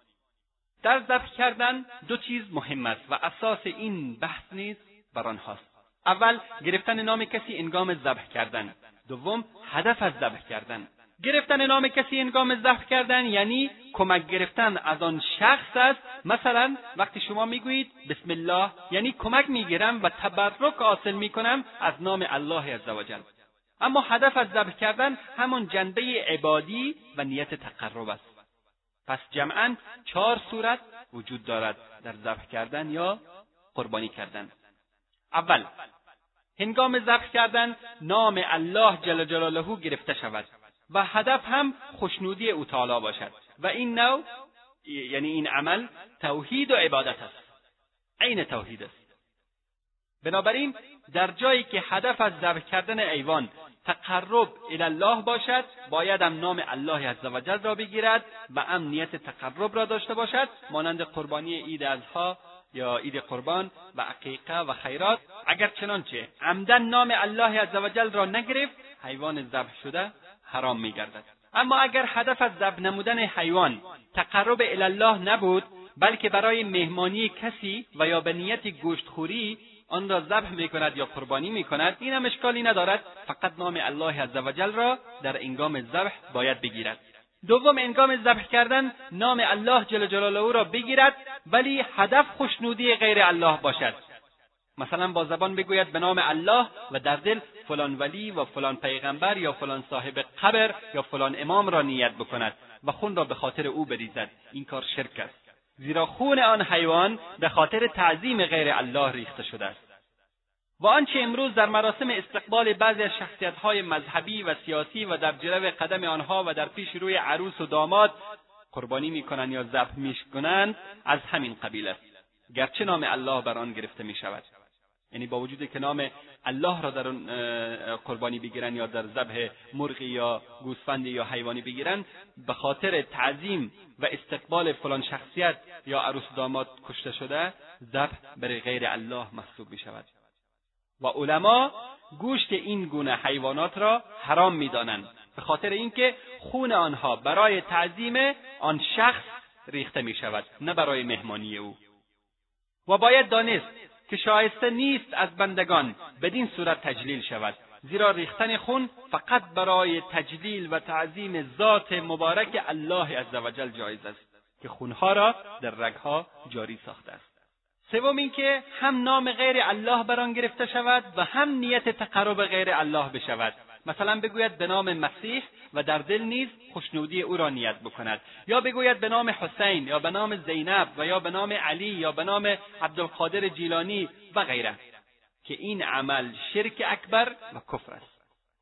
در ذبح کردن دو چیز مهم است و اساس این بحث نیز بر آنهاست. اول گرفتن نام کسی هنگام ذبح کردن، دوم هدف از ذبح کردن. گرفتن نام کسی هنگام ذبح کردن یعنی کمک گرفتن از آن شخص است. مثلا وقتی شما میگویید بسم الله یعنی کمک میگیرم و تبرک حاصل میکنم از نام الله عزوجل. اما هدف از ذبح کردن همان جنبه عبادی و نیت تقرب است. پس جمعاً 4 صورت وجود دارد در ذبح کردن یا قربانی کردن. اول، هنگام ذبح کردن نام الله جل جلاله گرفته شود و هدف هم خوشنودی او تعالی باشد و این نوع یعنی این عمل توحید و عبادت است، عین توحید است. بنابراین در جایی که هدف از ذبح کردن حیوان تقرب الی الله باشد باید هم نام الله عزوجل را بگیرد و هم نیت تقرب را داشته باشد، مانند قربانی عید اضحی یا عید قربان و عقیقه و خیرات. اگر چنانچه عمدن نام الله عزوجل را نگرفت حیوان ذبح شده حرام می‌گردد. اما اگر هدف از ذبح نمودن حیوان تقرب الی الله نبود بلکه برای مهمانی کسی و یا به نیت گوشتخوری آن را ذبح می‌کند یا قربانی می‌کند، این هم اشکالی ندارد، فقط نام الله عزوجل را در هنگام ذبح باید بگیرد. دوم، هنگام ذبح کردن نام الله جل جلاله را بگیرد ولی هدف خوشنودی غیر الله باشد. مثلا با زبان بگوید به نام الله و در دل فلان ولی و فلان پیغمبر یا فلان صاحب قبر یا فلان امام را نیت بکند و خون را به خاطر او بریزد. این کار شرک است، زیرا خون آن حیوان به خاطر تعظیم غیر الله ریخته شده است. و آنچه امروز در مراسم استقبال بعضی از شخصیت‌های مذهبی و سیاسی و در جلو قدم آنها و در پیش روی عروس و داماد قربانی می‌کنند یا ذبح می‌کنند از همین قبیل است، گرچه نام الله بر آن گرفته می‌شود. یعنی با وجودی که نام الله را در اون قربانی بگیرن یا در ذبح مرغی یا گوسفندی یا حیوانی بگیرن، به خاطر تعظیم و استقبال فلان شخصیت یا عروس داماد کشته شده، ذبح برای غیر الله محسوب می شود. و علما گوشت این گونه حیوانات را حرام می دانند به خاطر اینکه خون آنها برای تعظیم آن شخص ریخته می شود، نه برای مهمانی او. و باید دانست که شایسته نیست از بندگان بدین صورت تجلیل شود، زیرا ریختن خون فقط برای تجلیل و تعظیم ذات مبارک الله عزوجل جایز است که خونها را در رگها جاری ساخته است. سوم اینکه هم نام غیر الله بر آن گرفته شود و هم نیت تقرب غیر الله بشود. مثلا بگوید به نام مسیح و در دل نیز خوشنودی او را نیت بکند، یا بگوید به نام حسین یا به نام زینب و یا به نام علی یا به نام عبدالقادر جیلانی و غیره، که این عمل شرک اکبر و کفر است.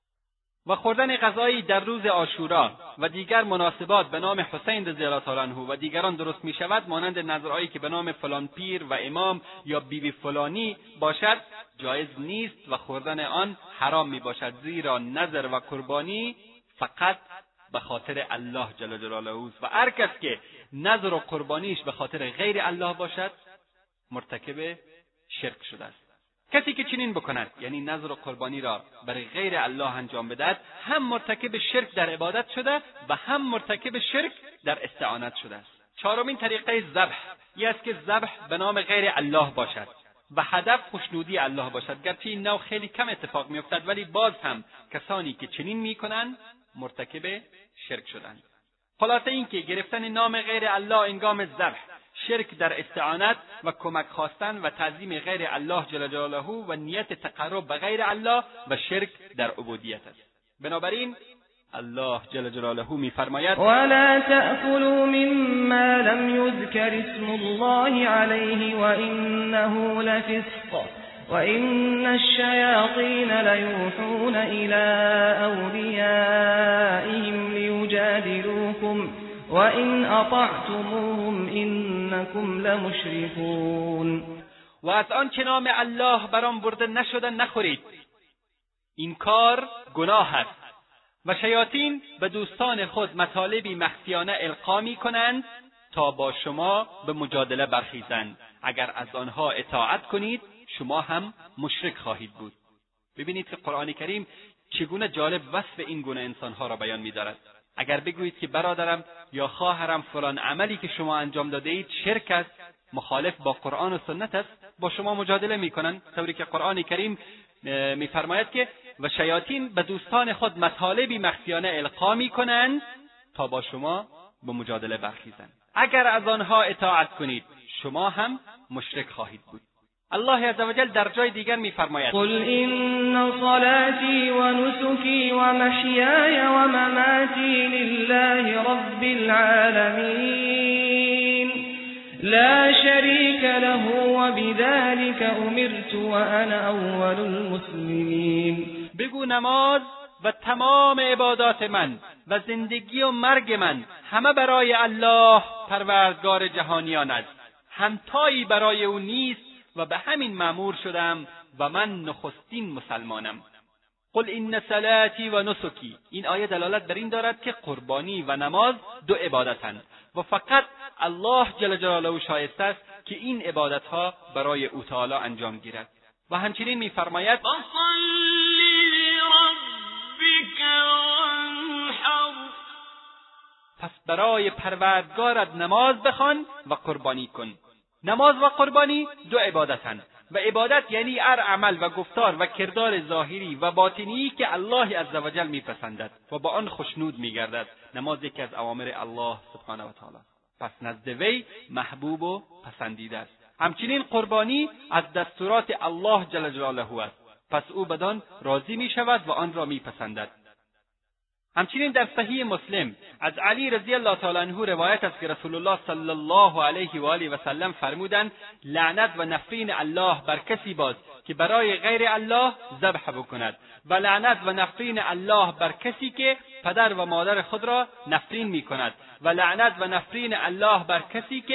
و خوردن غذایی در روز عاشورا و دیگر مناسبات به نام حسین رضی الله تعالی عنه و دیگران درست می شود، مانند نذرهایی که به نام فلان پیر و امام یا بیبی فلانی باشد جایز نیست و خوردن آن حرام می باشد، زیرا نذر و قربانی فقط به خاطر الله جل جلاله است و هر کس که نذر و قربانیش به خاطر غیر الله باشد مرتکب شرک شده است. کسی که چنین بکند، یعنی نذر و قربانی را برای غیر الله انجام بدهد، هم مرتکب شرک در عبادت شده و هم مرتکب شرک در استعانت شده است. چهارمین طریقه ذبح این است که ذبح به نام غیر الله باشد و هدف خوشنودی الله باشد. گرچه این نوع خیلی کم اتفاق میافتد، ولی باز هم کسانی که چنین میکنند مرتکب شرک شدند. خلاصه این که گرفتن نام غیر الله انگام ذبح شرک در استعانت و کمک خواستن و تعظیم غیر الله جل جلاله و نیت تقرب به غیر الله و شرک در عبودیت است. بنابراین الله جل جلاله می‌فرماید: ولا تأكلوا مما لم يذكر اسم الله عليه وإنه لفسق وإن الشياطين ليوحون إلى أوليائهم ليجادلوكم وَإِنْ أَطَعْتُمُوهُمْ إِنَّكُمْ لَمُشْرِكُونَ. و از آنچه نام الله بر آن برده نشده نخورید، این کار گناه است. و شیاطین به دوستان خود مطالبی مخفیانه القا می‌کنند تا با شما به مجادله برخیزند. اگر از آنها اطاعت کنید شما هم مشرک خواهید بود. ببینید که قرآن کریم چگونه جالب وصف این گونه انسانها را بیان می‌دارد. اگر بگویید که برادرم یا خواهرم فلان عملی که شما انجام داده اید شرک است، مخالف با قرآن و سنت است، با شما مجادله میکنند، طوری که قرآن کریم میفرماید که و شیاطین به دوستان خود مطالبی مخفیانه القا میکنند تا با شما به مجادله برخیزند. اگر از آنها اطاعت کنید شما هم مشرک خواهید بود. الله عزوجل در جای دیگر می‌فرماید: قل إن صلاتي ونسكي ومحياي ومماتي لله رب العالمين لا شريك له وبذلك أمرت وأنا أول المسلمين. بگو نماز و تمام عبادات من و زندگی و مرگ من همه برای الله پروردگار جهانیان است، همتایی برای او نیست و به همین مأمور شدم و من نخستین مسلمانم. قل این صلاتی و نسکی، این آیه دلالت بر این دارد که قربانی و نماز دو عبادتند و فقط الله جل جلاله شایسته است که این عبادتها برای او تعالی انجام گیرد. و همچنین می‌فرماید: پس برای پروردگارت نماز بخوان و قربانی کن. نماز و قربانی دو عبادتند و عبادت یعنی هر عمل و گفتار و کردار ظاهری و باطنی که الله عزوجل میپسندد و با آن خوشنود میگردد. نماز یکی از اوامر الله سبحانه و تعالی، پس نزد وی محبوب و پسندیده است. همچنین قربانی از دستورات الله جل جلاله است، پس او بدان راضی میشود و آن را میپسندد. همچنین در صحیح مسلم از علی رضی الله تعالی عنه روایت است که رسول الله صلی الله علیه و آله و سلم فرمودند: لعنت و نفرین الله بر کسی باد که برای غیر الله ذبح بکند و لعنت و نفرین الله بر کسی که پدر و مادر خود را نفرین میکند و لعنت و نفرین الله بر کسی که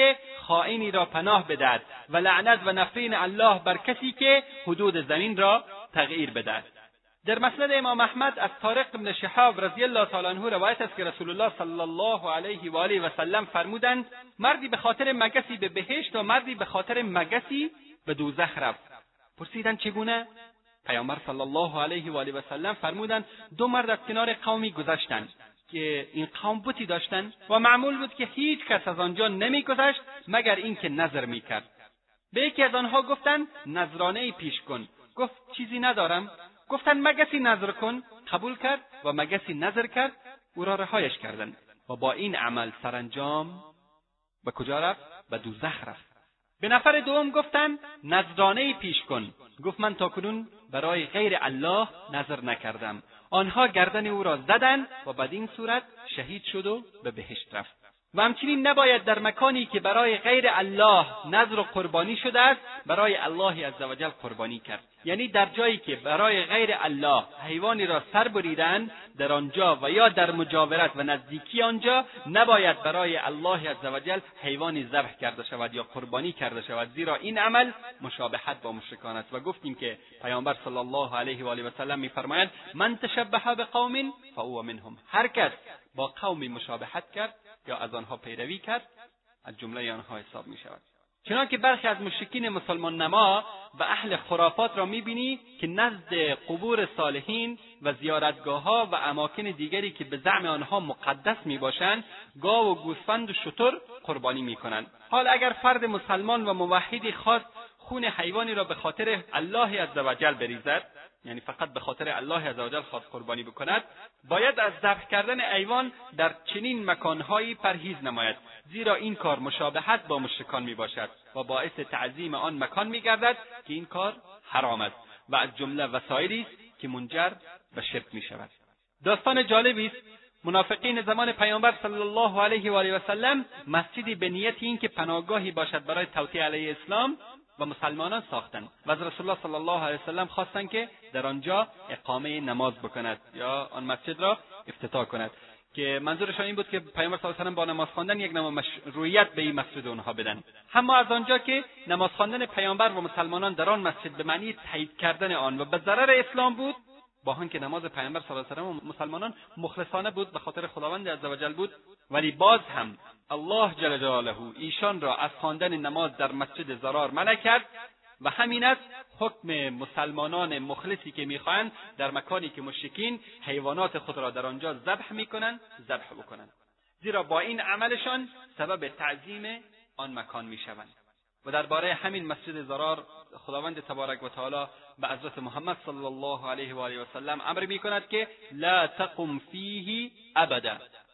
خائنی را پناه بدهد و لعنت و نفرین الله بر کسی که حدود زمین را تغییر بدهد. در مسند امام احمد از طارق بن شهاب رضی الله تعالی عنه روایت است که رسول الله صلی الله علیه و آله و سلم فرمودند مردی به خاطر مگسی به بهشت و مردی به خاطر مگسی به دوزخ رفت. پرسیدند چگونه؟ پیامبر صلی الله علیه و آله و سلم فرمودند دو مرد از کنار قومی گذشتند که این قوم بتی داشتند و معمول بود که هیچ کس از آنجا نمیگذشت مگر اینکه نذر میکرد. به یکی از آنها گفتند نذرانه‌ای پیش کن. گفت چیزی ندارم. گفتند مگسی نذر کن. قبول کرد و مگسی نذر کرد. او را رهایش کردند و با این عمل سرانجام به کجا رفت؟ به دوزخ رفت. به نفر دوم گفتند نذرانه‌ای پیش کن. گفت من تاکنون برای غیر الله نذر نکردم. آنها گردن او را زدند و بدین صورت شهید شد و به بهشت رفت. و همچنین نباید در مکانی که برای غیر الله نذر و قربانی شده است برای الله عزوجل قربانی کرد. یعنی در جایی که برای غیر الله حیوانی را سر بریدند در آنجا و یا در مجاورت و نزدیکی آنجا نباید برای الله عزوجل حیوانی ذبح کرده شود یا قربانی کرده شود، زیرا این عمل مشابهت با مشرکان است. و گفتیم که پیامبر صلی الله علیه و آله و سلم می‌فرمایند من تشبه بقوم فهو منهم. هر کس با قومی مشابهت کرد یا از آنها پیروی کرد از جمله آنها حساب می‌شود. چنانکه برخی از مشرکین مسلمان نما و اهل خرافات را می‌بینی که نزد قبور صالحین و زیارتگاه‌ها و اماکن دیگری که به زعم آنها مقدس میباشند گاو و گوسفند و شتر قربانی میکنند. حال اگر فرد مسلمان و موحدی خواست خون حیوانی را به خاطر الله عزوجل بریزد، یعنی فقط به خاطر الله عزوجل خواست قربانی بکند، باید از ذبح کردن حیوان در چنین مکانهایی پرهیز نماید، زیرا این کار مشابهت با مشرکان میباشد و باعث تعظیم آن مکان میگردد که این کار حرام است و از جمله وسایلی است که منجر به شرک میشود. داستان جالبی است. منافقین زمان پیامبر صلی الله علیه و آله و سلم مسجدی به نیت این که پناهگاهی باشد برای توطئه علیه اسلام و مسلمانان ساختند و از رسول الله صلی الله علیه و سلم خواستند که در آنجا اقامه نماز بکند یا آن مسجد را افتتاح کند، که منظورشان این بود که پیامبر صلی الله علیه و سلم با نماز خواندن یک نوع مشروعیت به این مسجد اونها بدن. اما از آنجا که نماز خواندن پیامبر و مسلمانان در آن مسجد به معنی تایید کردن آن و به ضرر اسلام بود، با آنکه نماز پیامبر صلی الله علیه و سلم و مسلمانان مخلصانه بود، به خاطر خداوند عزوجل بود، ولی باز هم الله جل جلاله ایشان را از خواندن نماز در مسجد ضرار منع کرد و همین است حکم مسلمانان مخلصی که میخواهند در مکانی که مشرکین حیوانات خود را در آنجا ذبح میکنند ذبح بکنند، زیرا با این عملشان سبب تعظیم آن مکان میشوند. و درباره همین مسجد ضرار خداوند تبارک و تعالی به حضرت محمد صلی الله علیه و آله و سلم امر میکند که لا تقم فیه ابدا،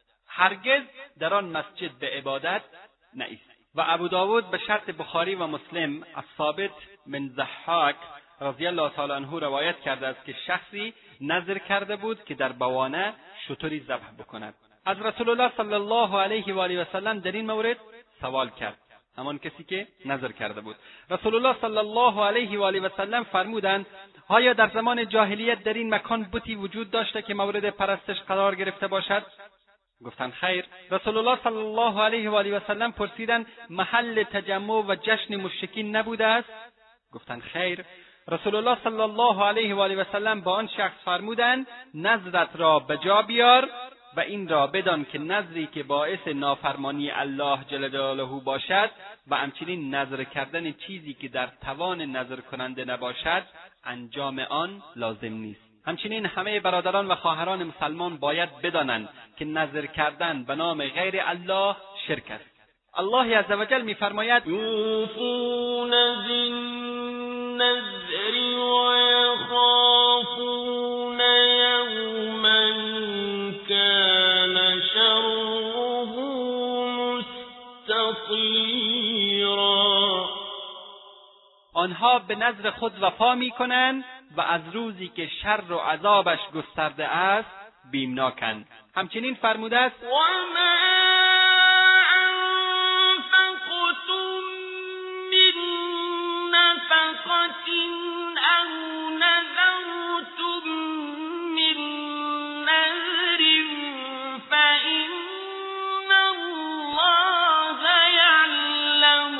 هرگز در آن مسجد به عبادت نایست. و ابو داود به شرط بخاری و مسلم از ثابت بن ضحاک رضی الله تعالی عنه روایت کرده است که شخصی نذر کرده بود که در بوانه شتری ذبح بکند. از رسول الله صلی الله علیه و آله و سلم در این مورد سوال کرد، همان کسی که نذر کرده بود. رسول الله صلی الله علیه و آله و سلم فرمودند آیا در زمان جاهلیت در این مکان بتی وجود داشته که مورد پرستش قرار گرفته باشد؟ گفتند خیر. رسول الله صلی الله علیه و آله و سلم پرسیدند محل تجمع و جشن مشرکین نبوده است؟ گفتند خیر. رسول الله صلی الله علیه و آله و سلم با آن شخص فرمودند نذرت را به جا بیار و این را بدان که نذری که باعث نافرمانی الله جل جلاله باشد و همچنین نذر کردن چیزی که در توان نذر کننده نباشد انجام آن لازم نیست. همچنین همه برادران و خواهران مسلمان باید بدانند که نذر کردن به نام غیر الله شرک است. الله عزوجل می‌فرماید یوفون بالنذر و یخافون یوما کان شره مستطیرا. آنها به نذر خود وفا می‌کنند و از روزی که شر و عذابش گسترده است بیمناکند. همچنین فرموده است و ما انفقتم من نفقة او نذرتم من نذر فإن الله یعلمه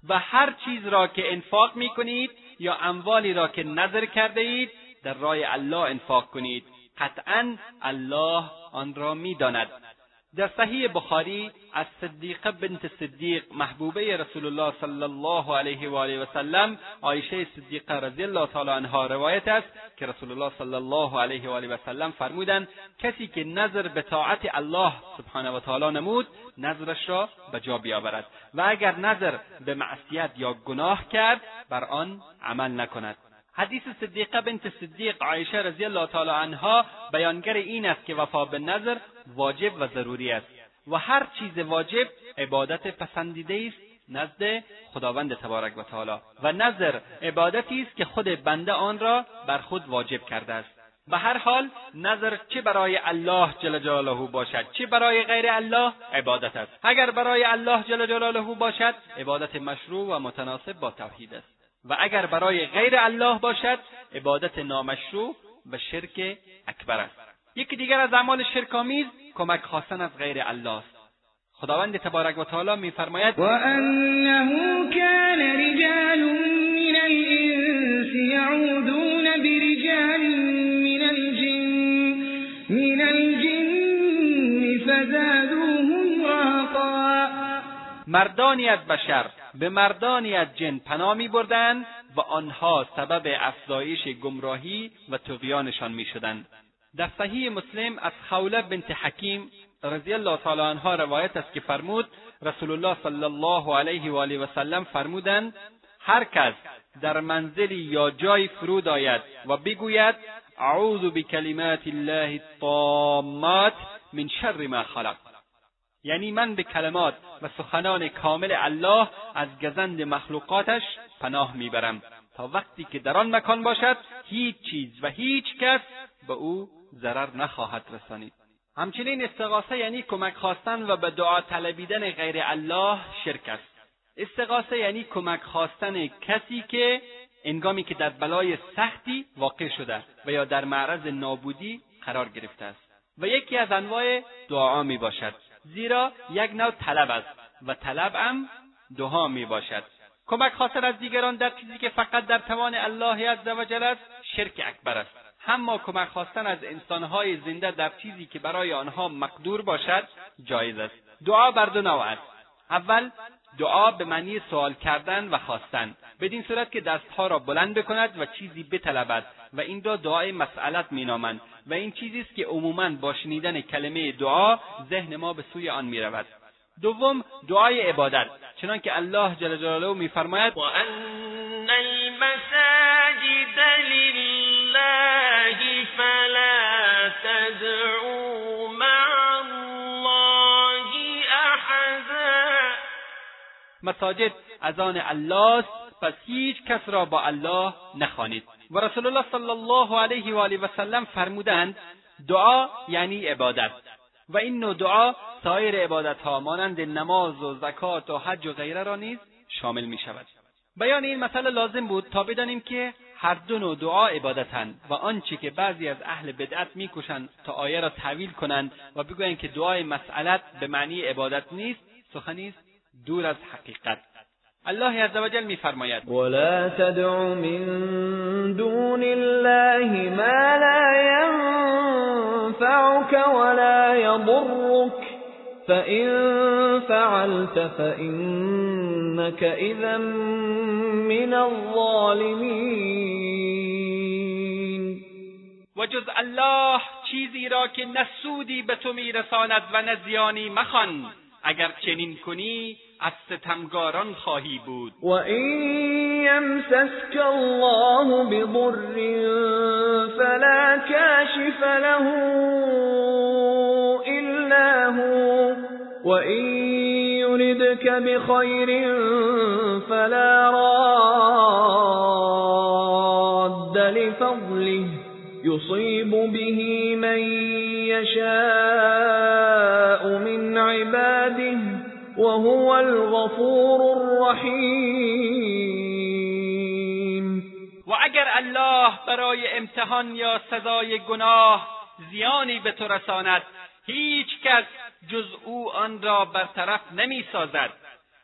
و هر چیز را که انفاق میکنید یا اموالی را که نذر کرده اید در راه الله انفاق کنید، قطعاً الله آن را میداند. در صحیح بخاری از صدیقه بنت صدیق محبوبه رسول الله صلی الله علیه و آله و سلم عایشه صدیقه رضی الله تعالی عنها روایت است که رسول الله صلی الله علیه و آله و سلم فرمودند کسی که نذر به طاعت الله سبحانه و تعالی نمود نذرش را به جا بیاورد و اگر نذر به معصیت یا گناه کرد بر آن عمل نکند. حدیث صدیقه بنت صدیق عایشه رضی الله تعالی عنها بیانگر این است که وفا به نذر واجب و ضروری است و هر چیز واجب عبادت پسندیده است نزد خداوند تبارک و تعالی و نذر عبادتی است که خود بنده آن را بر خود واجب کرده است. به هر حال نذر چه برای الله جل جلاله باشد چه برای غیر الله عبادت است. اگر برای الله جل جلاله باشد عبادت مشروع و متناسب با توحید است و اگر برای غیر الله باشد عبادت نامشروع و شرک اکبر است. یکی دیگر از اعمال شرک‌آمیز کمک خواستن از غیر الله است. خداوند تبارک و تعالی می‌فرماید: و انه کان رجال من الانس یعودون برجال من الجن فزادوهم رهقا. مردانی از بشر به مردانی از جن پناه می‌بردند و آنها سبب افزایش گمراهی و طغیانشان می‌شدند. در صحیح مسلم از خوله بنت حکیم رضی الله تعالی عنها روایت است که فرمود رسول الله صلی الله علیه و آله و سلم فرمودند هر کس در منزلی یا جای فرود آید و بگوید اعوذ بکلمات الله التامات من شر ما خلق، یعنی من به کلمات و سخنان کامل الله از گزند مخلوقاتش پناه میبرم تا وقتی که در آن مکان باشد هیچ چیز و هیچ کس به او ضرر نخواهد رسانید. همچنین استغاثه یعنی کمک خواستن و به دعا طلبیدن غیر الله شرک است. استغاثه یعنی کمک خواستن کسی که هنگامی که در بلای سختی واقع شده و یا در معرض نابودی قرار گرفته است و یکی از انواع دعا می باشد، زیرا یک نوع طلب است و طلب هم دعا می باشد. کمک خواستن از دیگران در چیزی که فقط در توان الله عزوجل است شرک اکبر است. اما کمک خواستن از انسانهای زنده در چیزی که برای آنها مقدور باشد جایز است. دعا بر دو نوع است. اول دعا به معنی سوال کردن و خواستن، بدین صورت که دستها را بلند بکند و چیزی بطلبد و این را دعای مسئلت مینامند و این چیزی است که عموماً با شنیدن کلمه دعا ذهن ما به سوی آن میرود. دوم دعای عبادت، چنانکه الله جل جلاله میفرماید: و ان المساجد لله فلا تدعوا مع الله احدا. مساجد از آن الله است، پس هیچ کس را با الله نخوانید. و رسول الله صلی الله علیه و آله و سلم فرمودند دعا یعنی عبادت و این نوع دعا سایر عبادت‌ها مانند نماز و زکات و حج و غیره را نیز شامل می‌شود. بیان این مسئله لازم بود تا بدانیم که هر دو نوع دعا عبادتند و آنچه که بعضی از اهل بدعت می‌کوشند تا آیه را تعویل کنند و بگویند که دعای مسئلت به معنی عبادت نیست، سخنی است دور از حقیقت. الله عزوجل می‌فرماید: ولا تدع من دون الله ما لا ينفعك ولا يضرك فإن فعلت فإنك إذا من الظالمين. و جز الله چیزی را که نه سودی به تو میرساند و نه زیانی مخوان، اگر چنین کنی از ستمگاران خواهی بود. و این یمسسک الله بضر فلا کاشف له الا هو و این یردک بخیر فلا راد لفضله یصیب به من یشاء من عباده وهو الغفور الرحیم. و اگر الله برای امتحان یا سزای گناه زیانی به تو رساند هیچ کس جز او آن را برطرف نمی سازد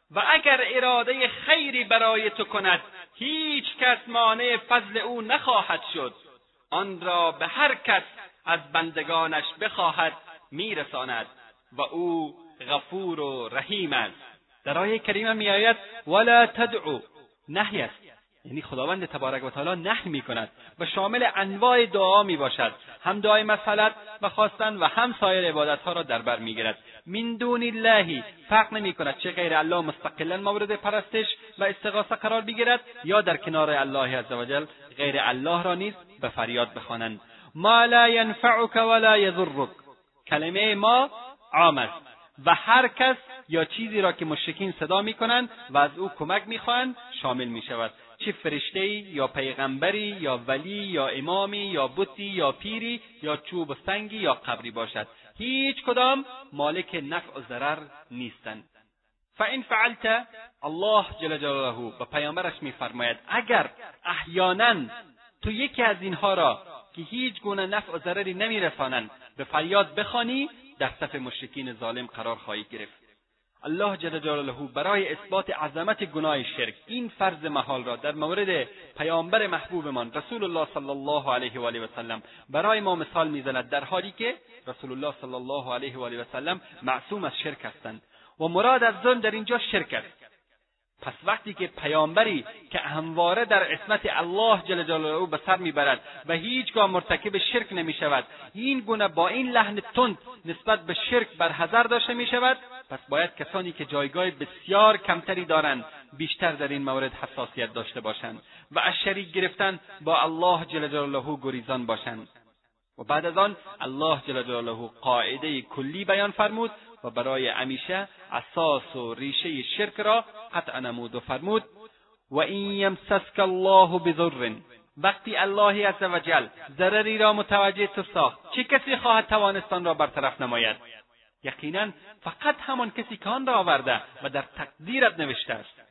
و اگر اراده خیری برای تو کند هیچ کس مانع فضل او نخواهد شد. آن را به هر کس از بندگانش بخواهد میرساند و او غفور و رحیم است. در آیه کریمه میآید ولا تدعو، نهی است، یعنی خداوند تبارک و تعالی نهی میکند و شامل انواع دعا میباشد، هم دعای مسئلت و خواستن و هم سایر عبادتها را در بر میگیرد. من دون الله، فرق نمیکند چه غیر الله مستقلا مورد پرستش و استغاثه قرار بگیرد یا در کنار الله عزوجل غیر الله را نیز به فریاد بخوانند. ما لا ينفعك ولا يضرك، کلمه ما عام است و هر کس یا چیزی را که مشرکین صدا میکنند و از او کمک میخواهند شامل میشود، چه فرشته‌ای یا پیغمبری یا ولی یا امامی یا بتی یا پیری یا چوب و سنگی یا قبری باشد، هیچ کدام مالک نفع و ضرر نیستند. فإن فعلت، الله جل جلاله به پیامبرش میفرماید اگر احیانا تو یکی از اینها را که هیچ گونه نفع و ضرری نمیرسانند به فریاد بخوانی، در صف مشرکین ظالم قرار خواهی گرفت. الله جل جلاله برای اثبات عظمت گناه شرک این فرض محال را در مورد پیامبر محبوبمان رسول الله صلی الله علیه و آله و سلم برای ما مثال میزند، در حالی که رسول الله صلی الله علیه و آله و سلم معصوم از شرک هستند و مراد از ظلم در اینجا شرک است. پس وقتی که پیامبری که همواره در عصمت الله جل جلاله به سر میبرد و هیچگاه مرتکب شرک نمیشود، این گونه با این لحن تند نسبت به شرک برحذر داشته میشود، پس باید کسانی که جایگاه بسیار کمتری دارند بیشتر در این مورد حساسیت داشته باشند و از شریک گرفتن با الله جل جلاله گریزان باشند. و بعد از آن الله جل جلاله قاعده کلی بیان فرمود و برای همیشه اساس و ریشه شرک را قطع نمود و فرمود و این یمسسک الله بضر، وقتی الله عزوجل ضرری را متوجه تو ساخت چه کسی خواهد توانست آن را برطرف نماید؟ یقینا فقط همان کسی که آن را آورده و در تقدیرت نوشته است،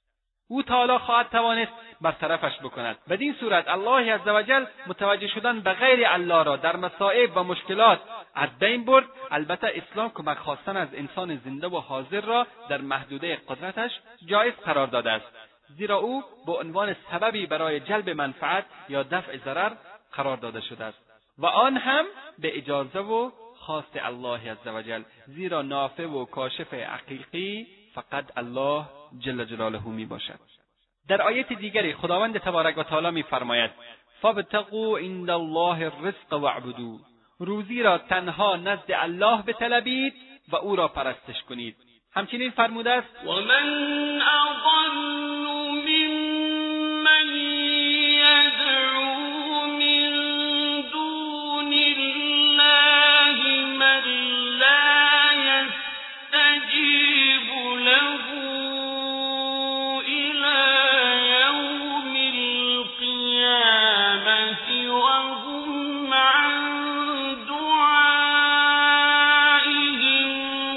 او تعالی خواهد توانست برطرفش بکند. بدین صورت الله عزوجل متوجه شدن به غیر الله را در مصائب و مشکلات از بین برد. البته اسلام کمک خواستن از انسان زنده و حاضر را در محدوده قدرتش جایز قرار داده است، زیرا او به عنوان سببی برای جلب منفعت یا دفع ضرر قرار داده شده است و آن هم به اجازه و خواست الله عزوجل، زیرا نافع و کاشف حقیقی فقط الله جل جلاله می باشد. در آیت دیگری خداوند تبارک و تعالی می فرماید فابتغوا عند الله الرزق واعبدوه، روزی را تنها نزد الله بطلبید و او را پرستش کنید. همچنین فرموده است و من اضل ممن یدعو من دون الله من لا یستجیب له الى یوم القیامة وهم عن دعائهم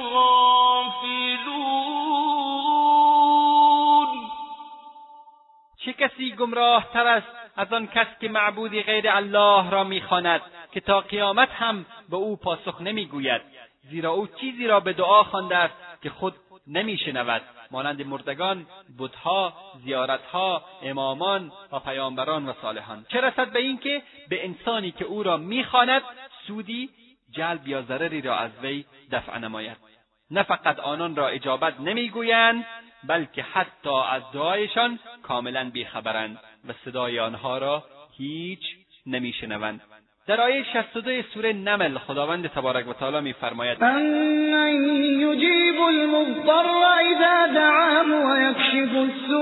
غافلون. چه کسی گمراه تر است از آن کس که معبودی غیر الله را میخواند که تا قیامت هم به او پاسخ نمیگوید، زیرا او چیزی را به دعا خوانده است که خود نمیشنود، مانند مردگان، بتها، زیارتها، امامان و پیامبران و صالحان، چه رسد به این که به انسانی که او را میخواند سودی جلب یا ضرری را از وی دفع نماید. نه فقط آنان را اجابت نمیگویند بلکه حتی از دعایشان کاملا بیخبرند و صدای آنها را هیچ نمیشنوند. در آیه 62 سوره نمل خداوند تبارک و تعالی می‌فرماید أَمَّن يُجِيبُ الْمُضْطَرَّ إِذَا دَعَاهُ وَيَكْشِفُ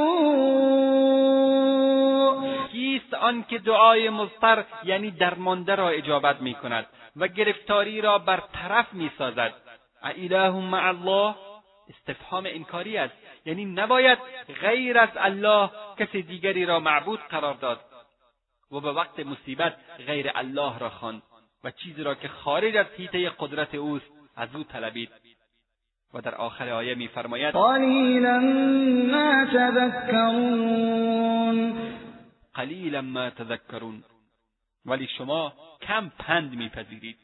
السُّوءَ، کیست آن که دعای مضطر یعنی درمانده را اجابت می‌کند و گرفتاری را برطرف می‌سازد؟ اِلَٰهٌ مع الله، استفهام انکاری است، یعنی نباید غیر از الله کسی دیگری را معبود قرار داد و به وقت مصیبت غیر الله را خواند و چیزی را که خارج از حیطه قدرت اوست از او طلبید. و در آخر آیه می‌فرماید قلیلا ما تذکرون، قلیلا ما تذکرون، ولی شما کم پند میپذیرید.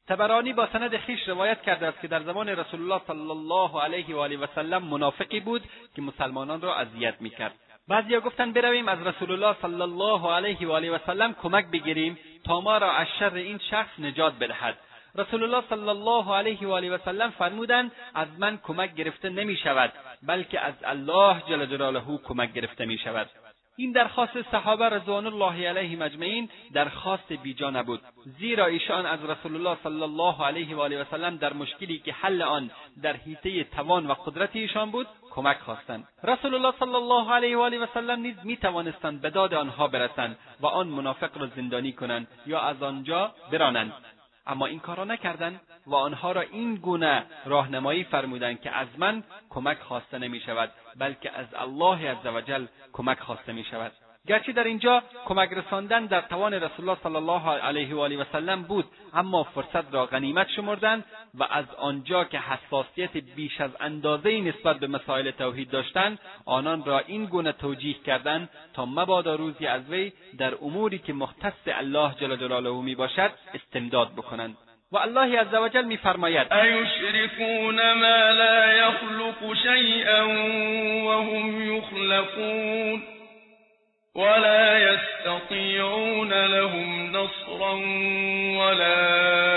طبرانی با سند خویش روایت کرده است که در زمان رسول الله صلی الله علیه و آله و سلم منافقی بود که مسلمانان را اذیت میکرد. بعضیا گفتند برویم از رسول الله صلی الله علیه و آله و سلم کمک بگیریم تا ما را از شر این شخص نجات بدهد. رسول الله صلی الله علیه و آله و سلم فرمودند از من کمک گرفته نمی شود، بلکه از الله جل جلاله کمک گرفته می شود. این درخواست صحابه رضوان الله علیهم اجمعین درخواست بیجا نبود، زیرا ایشان از رسول الله صلی الله علیه و آله و سلم در مشکلی که حل آن در حیطه توان و قدرت ایشان بود کمک خواستند. رسول الله صلی الله علیه و آله و سلم نیز می توانستند به داد آنها برسند و آن منافق را زندانی کنند یا از آنجا برانند، اما این کارا نکردند و آنها را این گونه راهنمایی فرمودند که از من کمک خواسته نمی شود، بلکه از الله عزوجل کمک خواسته می شود. گرچه در اینجا کمک رساندن در توان رسول الله صلی الله علیه و آله و سلم بود، اما فرصت را غنیمت شمردند و از آنجا که حساسیت بیش از اندازه نسبت به مسائل توحید داشتند، آنان را این گونه توجیه کردند تا مبادا روزی از وی در اموری که مختص الله جل جلاله می باشد استمداد بکنند. و الله عزوجل می‌فرماید: ایشرکون ما لا یخلق شیئا وهم یخلقون ولا یستطیعون لهم نصرا ولا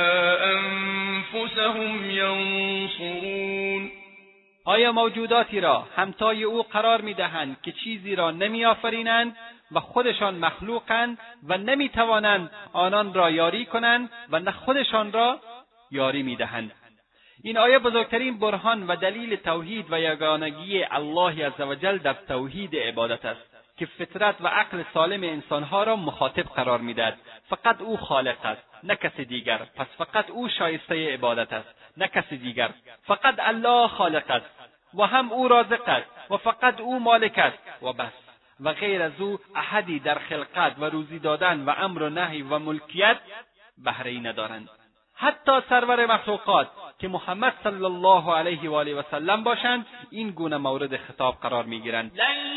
انفسهم ینصرون. آیا موجوداتی را همتای او قرار می‌دهند که چیزی را نمی‌آفرینند و خودشان مخلوقند و نمی‌توانند آنان را یاری کنند و نه خودشان را یاری می‌دهند. این آیه بزرگترین برهان و دلیل توحید و یگانگی الله عزوجل در توحید عبادت است که فطرت و عقل سالم انسانها را مخاطب قرار می‌دهد. فقط او خالق است، نه کسی دیگر، پس فقط او شایسته عبادت است، نه کسی دیگر. فقط الله خالق است و هم او رازق است و فقط او مالک است و بس، و غیر از او احدی در خلقت و روزی دادن و امر و نهی و ملکیت بهره‌ای ندارند. حتی سرور مخلوقات که محمد صلی الله علیه و آله و سلم باشند این گونه مورد خطاب قرار می‌گیرند.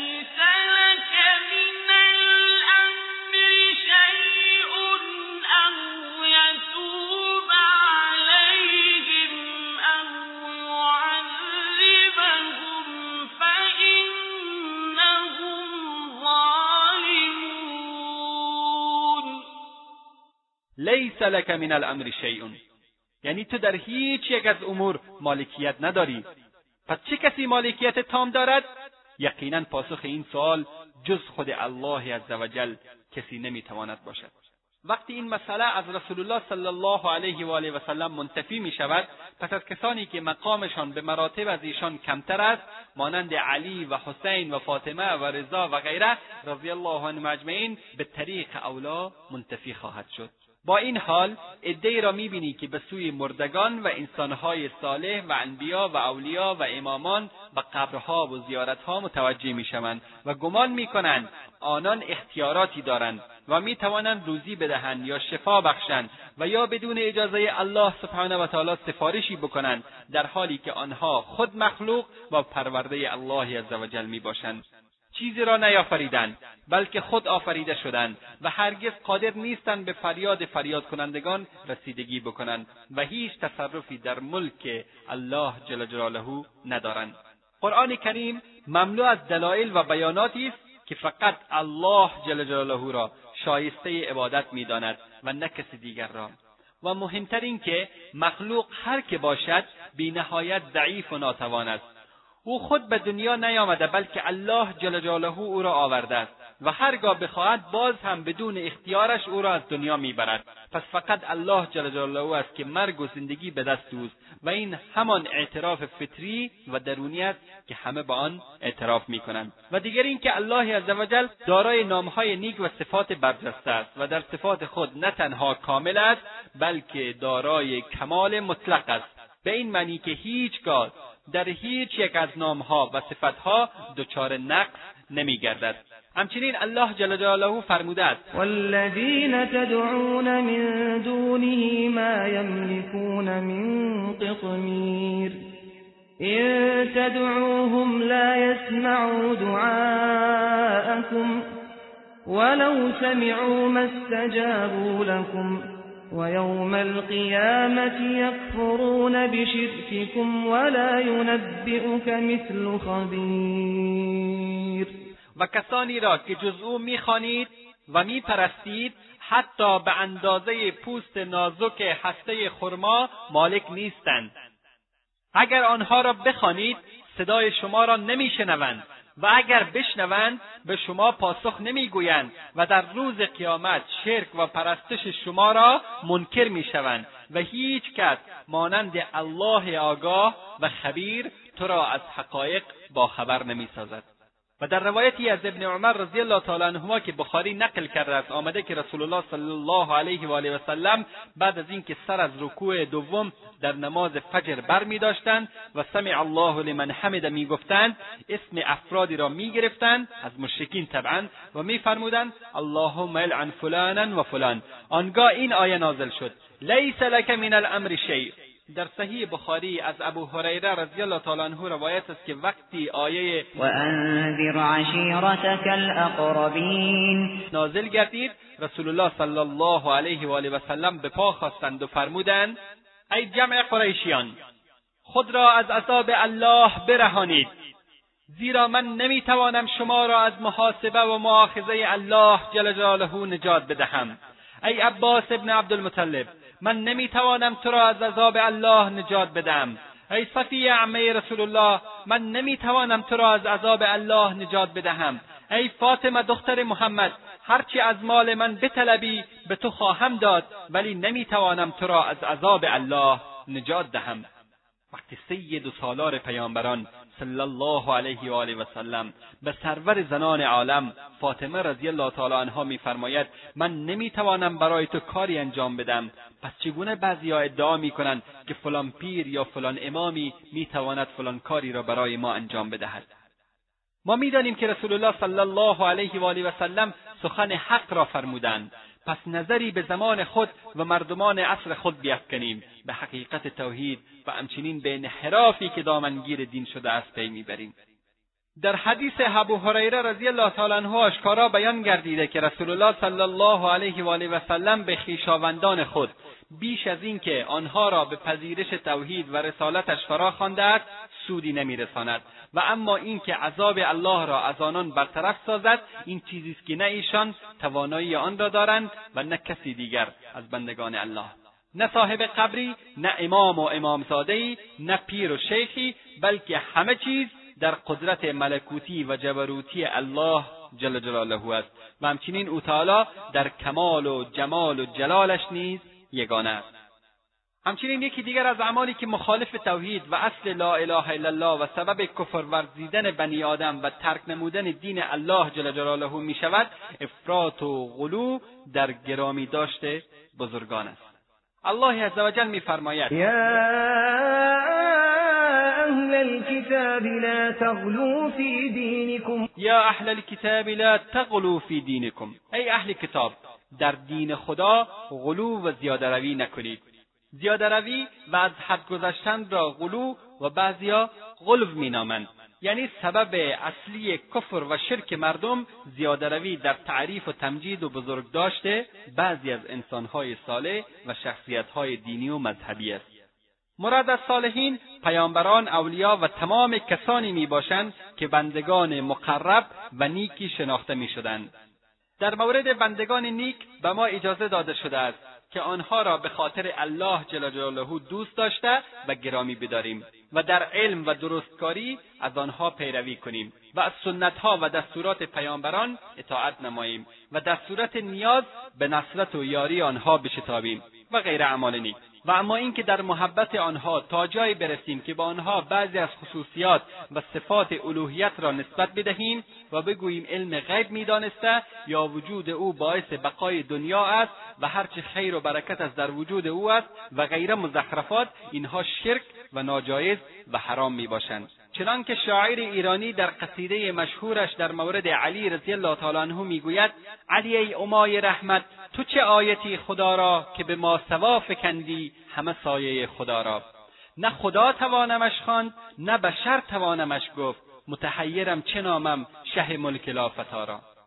لیس لک من الامر شیء، یعنی تو در هیچ یک از امور مالکیت نداری. پس چه کسی مالکیت تام دارد؟ یقینا پاسخ این سوال جز خود الله عزوجل کسی نمیتواند باشد. وقتی این مسئله از رسول الله صلی الله علیه و آله و سلم منتفی می شود، پس از کسانی که مقامشان به مراتب از ایشان کمتر است مانند علی و حسین و فاطمه و رضا و غیره رضی الله عنهم اجمعین به طریق اولا منتفی خواهد شد. با این حال عده‌ای را می‌بینی که به سوی مردگان و انسان‌های صالح و انبیا و اولیا و امامان و قبرها و زیارتها متوجه می‌شوند و گمان می‌کنند آنان اختیاراتی دارند و می‌توانند روزی بدهند یا شفا بخشند و یا بدون اجازه الله سبحانه و تعالی سفارشی بکنند، در حالی که آنها خود مخلوق و پرورده الله عزوجل میباشند. چیزی را نیافریدند بلکه خود آفریده شدند و هرگز قادر نیستند به فریاد کنندگان رسیدگی بکنند و هیچ تصرفی در ملک الله جل جلاله ندارند. قرآن کریم مملو از دلایل و بیاناتی است که فقط الله جل جلاله را شایسته عبادت می‌داند و نه کسی دیگر را. و مهمتر این که مخلوق هر که باشد بی‌نهایت ضعیف و ناتوان است. او خود به دنیا نیامده بلکه الله جل جلاله او را آورده است و هرگاه بخواهد باز هم بدون اختیارش او را از دنیا میبرد. پس فقط الله جل جلاله است که مرگ و زندگی به دست اوست و این همان اعتراف فطری و درونی است که همه با آن اعتراف میکنند. و دیگر این که الله عزوجل دارای نامهای نیک و صفات برجسته است و در صفات خود نه تنها کامل است بلکه دارای کمال مطلق است، به این معنی که هیچگاه در هیچ یک از نامها و صفتها دچار نقص نمیگردد. همچنین الله جل جلاله فرموده است: والذین تدعون من دونه ما یملکون من قطمیر ان تدعوهم لا يسمعوا دعاءكم ولو سمعوا ما استجابوا لكم ويوم القيامة يكفرون بشرككم ولا ينبئك مثل خبير. و کسانی را که جز او می‌خوانید و می‌پرستید حتی به اندازه پوست نازک هسته خرما مالک نیستند. اگر آنها را بخوانید صدای شما را نمی‌شنوند و اگر بشنوند به شما پاسخ نمیگویند و در روز قیامت شرک و پرستش شما را منکر میشوند و هیچ کس مانند الله آگاه و خبیر تو را از حقایق باخبر نمیسازد. و در روایتی از ابن عمر رضی الله تعالی عنهما که بخاری نقل کرده است آمده که رسول الله صلی الله علیه و آله و سلم بعد از اینکه سر از رکوع دوم در نماز فجر برمی‌داشتند و سمع الله لمن حمد میگفتند، اسم افرادی را میگرفتند از مشرکین طبعا و میفرمودند اللهم العن فلانا و فلان. آنگاه این آیه نازل شد لیس لک من الامر شیء. در صحیح بخاری از ابو هریره رضی الله تعالی عنه روایت است که وقتی آیه و انذر عشیرتک الاقربین نازل گردید رسول الله صلی الله علیه و آله و سلم به پا خواستند و فرمودند ای جمع قریشیان، خود را از عذاب الله برهانید، زیرا من نمیتوانم شما را از محاسبه و مؤاخذه الله جل جلاله نجات بدهم. ای عباس ابن عبدالمطلب، من نمیتوانم تو را از عذاب الله نجات بدم. ای صفیه عمه رسول الله، من نمیتوانم تو را از عذاب الله نجات بدهم. ای فاطمه دختر محمد، هرچی از مال من بطلبی به تو خواهم داد، ولی نمیتوانم تو را از عذاب الله نجات دهم. وقتی سید و سالار پیامبران صلی الله علیه و آله و سلم به سرور زنان عالم فاطمه رضی الله تعالی عنها میفرماید من نمیتوانم برای تو کاری انجام بدم، پس چگونه بعضی‌ها ادعا میکنند که فلان پیر یا فلان امامی میتواند فلان کاری را برای ما انجام بدهد؟ ما میدانیم که رسول الله صلی الله علیه و آله و سلم سخن حق را فرمودند، پس نظری به زمان خود و مردمان عصر خود بیفکنیم، به حقیقت توحید و همچنین به انحرافی که دامنگیر دین شده است پی میبریم. در حدیث ابو هریره رضی الله تعالی عنه آشکارا بیان گردیده که رسول الله صلی الله علیه و آله و سلم به خویشاوندان خود بیش از این که آنها را به پذیرش توحید و رسالتش فراخوانده است سودی نمیرساند و اما این که عذاب الله را از آنان برطرف سازد این چیزی است که نه ایشان توانایی آن را دارند و نه کسی دیگر از بندگان الله، نه صاحب قبری، نه امام و امامزاده‌ای، نه پیر و شیخی، بلکه همه چیز در قدرت ملکوتی و جبروتی الله جل جلاله است و همچنین او تعالی در کمال و جمال و جلالش نیز یگانه است. همچنین یکی دیگر از اعمالی که مخالف توحید و اصل لا اله الا الله و سبب کفر ورزیدن بنی آدم و ترک نمودن دین الله جل جلاله می شود افراط و غلو در گرامی داشته بزرگان است. الله عزوجل می فرماید یا اهل الكتاب لا تغلوا فی دینکم یا اهل الكتاب لا تغلوا فی دینکم، ای اهل کتاب در دین خدا غلو و زیاده روی نکنید. زیاده روی و از حد گذشتن را غلو و بعضیا غلو مینامند، یعنی سبب اصلی کفر و شرک مردم زیاده روی در تعریف و تمجید و بزرگ داشته بعضی از انسانهای صالح و شخصیتهای دینی و مذهبی است. مراد از صالحین پیامبران، اولیا و تمام کسانی میباشند که بندگان مقرب و نیکی شناخته میشدند. در مورد بندگان نیک به ما اجازه داده شده است که آنها را به خاطر الله جل جلاله دوست داشته و گرامی بداریم و در علم و درستکاری از آنها پیروی کنیم و از سنتها و دستورات پیامبران اطاعت نماییم و در صورت نیاز به نصرت و یاری آنها بشتابیم و غیر اعمال نیک. و اما اینکه در محبت آنها تا جایی برسیم که با آنها بعضی از خصوصیات و صفات الوهیت را نسبت بدهیم و بگوییم علم غیب می‌دانسته یا وجود او باعث بقای دنیا است و هرچه خیر و برکت است در وجود او است و غیر مزخرفات، اینها شرک و ناجایز و حرام میباشند. چنانکه شاعر ایرانی در قصیده مشهورش در مورد علی رضی الله تعالی عنه میگوید علی ای امای رحمت، تو چه آیتی خدا را که به ما سوا فکندی همه سایه خدا را. نه خدا توانمش خواند نه بشر توانمش گفت، متحیرم چه نامم شه ملک لا فتا را.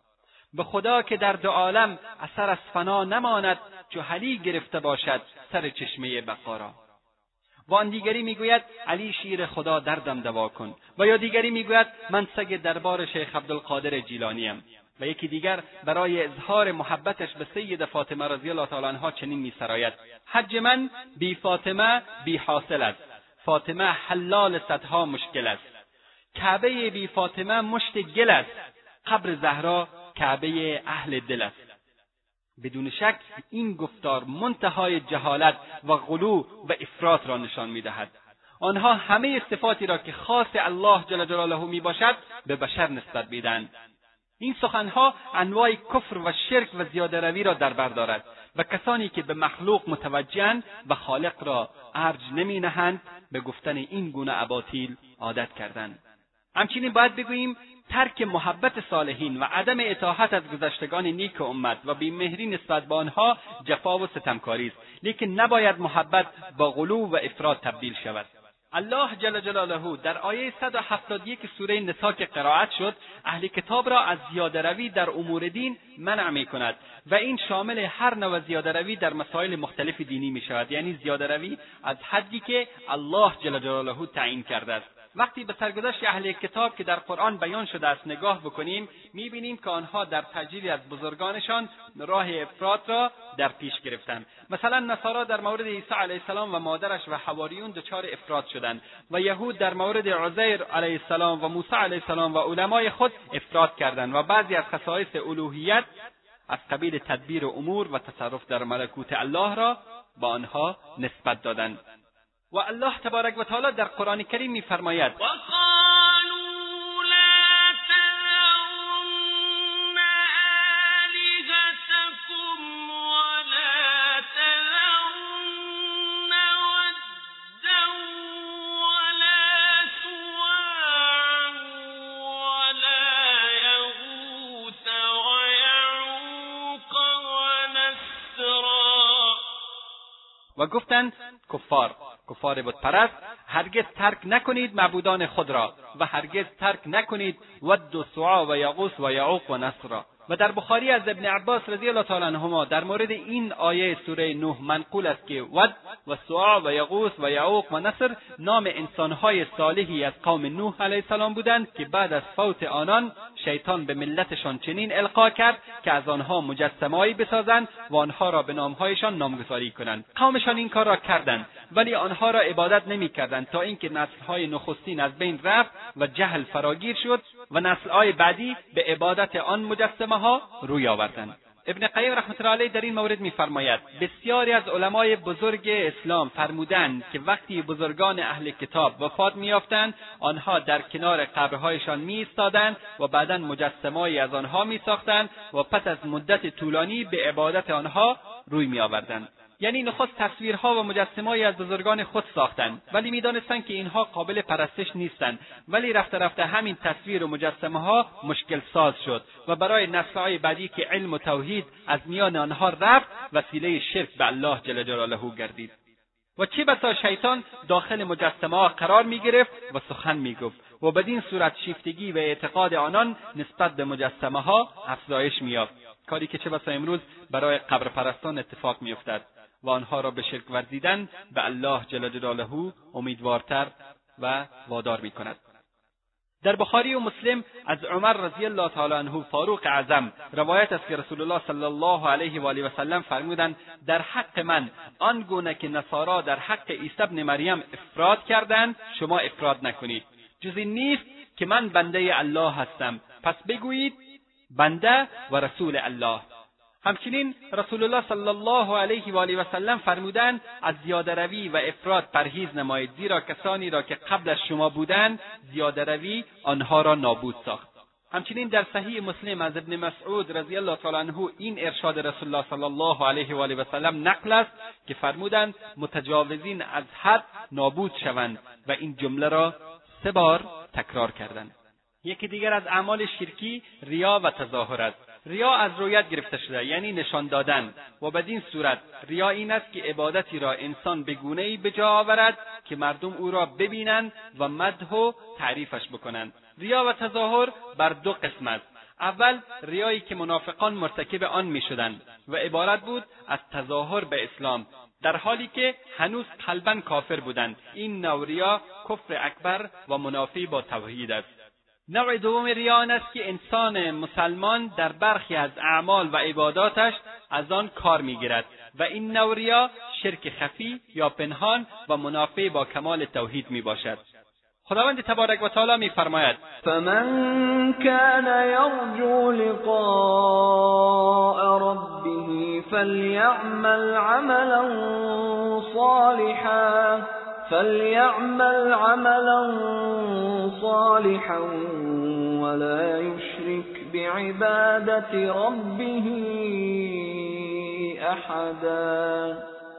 به خدا که در دو عالم اثر از فنا نماند، چو علی گرفته باشد سر چشمه بقا را. و آن دیگری میگوید علی شیر خدا دردم دوا کن. و یا دیگری میگوید من سگ دربار شیخ عبدالقادر جیلانیم. و یکی دیگر برای اظهار محبتش به سید فاطمه رضی الله تعالی عنها چنین می‌سراید: حج من بی فاطمه بی حاصل است، فاطمه حلال صدها مشکل است. کعبه بی فاطمه مشت گل است، قبر زهرا کعبه اهل دل است. بدون شک این گفتار منتهای جهالت و غلو و افراط را نشان می‌دهد. آنها همه صفاتی را که خاص الله جل جلاله میباشد به بشر نسبت میدهند. این سخنها انواع کفر و شرک و زیاده روی را در بر دارد و کسانی که به مخلوق متوجهند و خالق را ارج نمی نهند به گفتن این گونه اباطیل عادت کردند. همچنین باید بگوییم ترک محبت صالحین و عدم اطاعت از گذشتگان نیک امت و بی‌مهری نسبت به آنها جفا و ستمکاری است، لیکن نباید محبت با غلو و افراط تبدیل شود. الله جل جلاله در آیه 171 سوره نساء که قرائت شد اهل کتاب را از زیاده روی در امور دین منع می‌کند و این شامل هر نوع زیاده روی در مسائل مختلف دینی می‌شود، یعنی زیاده روی از حدی که الله جل جلاله تعیین کرده است. وقتی به سرگذشت اهل کتاب که در قرآن بیان شده است نگاه بکنیم می‌بینیم که آنها در تجلیل از بزرگانشان راه افراط را در پیش گرفتند. مثلا نصارا در مورد عیسی علیه السلام و مادرش و حواریون دچار افراط شدند و یهود در مورد عزیر علیه السلام و موسی علیه السلام و علمای خود افراط کردند و بعضی از خصایص الوهیت از قبیل تدبیر امور و تصرف در ملکوت الله را با آنها نسبت دادند. و الله تبارک و تعالی در قرآن کریم می‌فرماید: و گفتند کفار بت پرست هرگز ترک نکنید معبودان خود را و هرگز ترک نکنید ود و سواع و یغوث و یعوق و نصر را. و در بخاری از ابن عباس رضی الله تعالی عنهما در مورد این آیه سوره نوح منقول است که ود و سواع و یغوث و یعوق و نصر نام انسانهای صالحی از قوم نوح علیه السلام بودند که بعد از فوت آنان شیطان به ملتشان چنین القا کرد که از آنها مجسمه‌ای بسازند و آنها را به نامهایشان نامگذاری کنند. قومشان این کار را کردند ولی آنها را عبادت نمی‌کردند تا اینکه نسل‌های نخستین از بین رفت و جهل فراگیر شد و نسل‌های بعدی به عبادت آن مجسمه‌ها روی آوردند. ابن قیم رحمت الله علیه در این مورد می‌فرماید بسیاری از علمای بزرگ اسلام فرمودند که وقتی بزرگان اهل کتاب وفات می‌یافتند آنها در کنار قبرهایشان می‌ایستادند و بعداً مجسمه‌ای از آنها می‌ساختند و پس از مدت طولانی به عبادت آنها روی می‌آوردند. یعنی نخست تصویرها و مجسمه‌ای از بزرگان خود ساختند ولی می‌دانستند که اینها قابل پرستش نیستند، ولی رفته رفته همین تصویر و مجسمه‌ها مشکل ساز شد و برای نسل‌های بعدی که علم و توحید از میان آنها رفت وسیله شرک به الله جل جلاله گردید. و چه بسا شیطان داخل مجسمه‌ها قرار می‌گرفت و سخن می‌گفت و بدین صورت شیفتگی و اعتقاد آنان نسبت به مجسمه‌ها افزایش می‌یافت، کاری که چه بسا امروز برای قبر پرستان اتفاق می‌افتد و آنها را به شرک ورزیدن به الله جل جلاله امیدوارتر و وادار می‌کند. در بخاری و مسلم از عمر رضی الله تعالی عنه فاروق اعظم روایت است که رسول الله صلی الله علیه و آله و سلم فرمودند در حق من آنگونه که نصارا در حق عیسی ابن مریم افراط کردند شما افراط نکنید، جز این نیست که من بنده الله هستم، پس بگویید بنده و رسول الله. همچنین رسول الله صلی الله علیه و آله و سلم فرمودند از زیاده روی و افراط پرهیز نمایید، زیرا کسانی را که قبل از شما بودند زیاده روی آنها را نابود ساخت. همچنین در صحیح مسلم از ابن مسعود رضی الله تعالی عنه این ارشاد رسول الله صلی الله علیه و آله و سلم نقل است که فرمودند متجاوزین از حد نابود شوند و این جمله را 3 بار تکرار کردند. یکی دیگر از اعمال شرکی ریا و تظاهر است. ریا از رویت گرفته شده، یعنی نشان دادن، و بدین صورت ریا این است که عبادتی را انسان به گونه‌ای به جا آورد که مردم او را ببینند و مدح و تعریفش بکنند. ریا و تظاهر بر 2 قسم است. اول ریایی که منافقان مرتکب آن میشدند و عبارت بود از تظاهر به اسلام، در حالی که هنوز قلباً کافر بودند. این نوع ریا کفر اکبر و منافی با توحید است. نوع دوم ریا آن است که انسان مسلمان در برخی از اعمال و عباداتش از آن کار میگیرد و این نوع ریا شرک خفی یا پنهان و منافی با کمال توحید میباشد. خداوند تبارک و تعالی میفرماید: فمن كان يرجو لقاء ربه فليعمل عملا صالحا ولا يشرك بعبادة ربه احدا.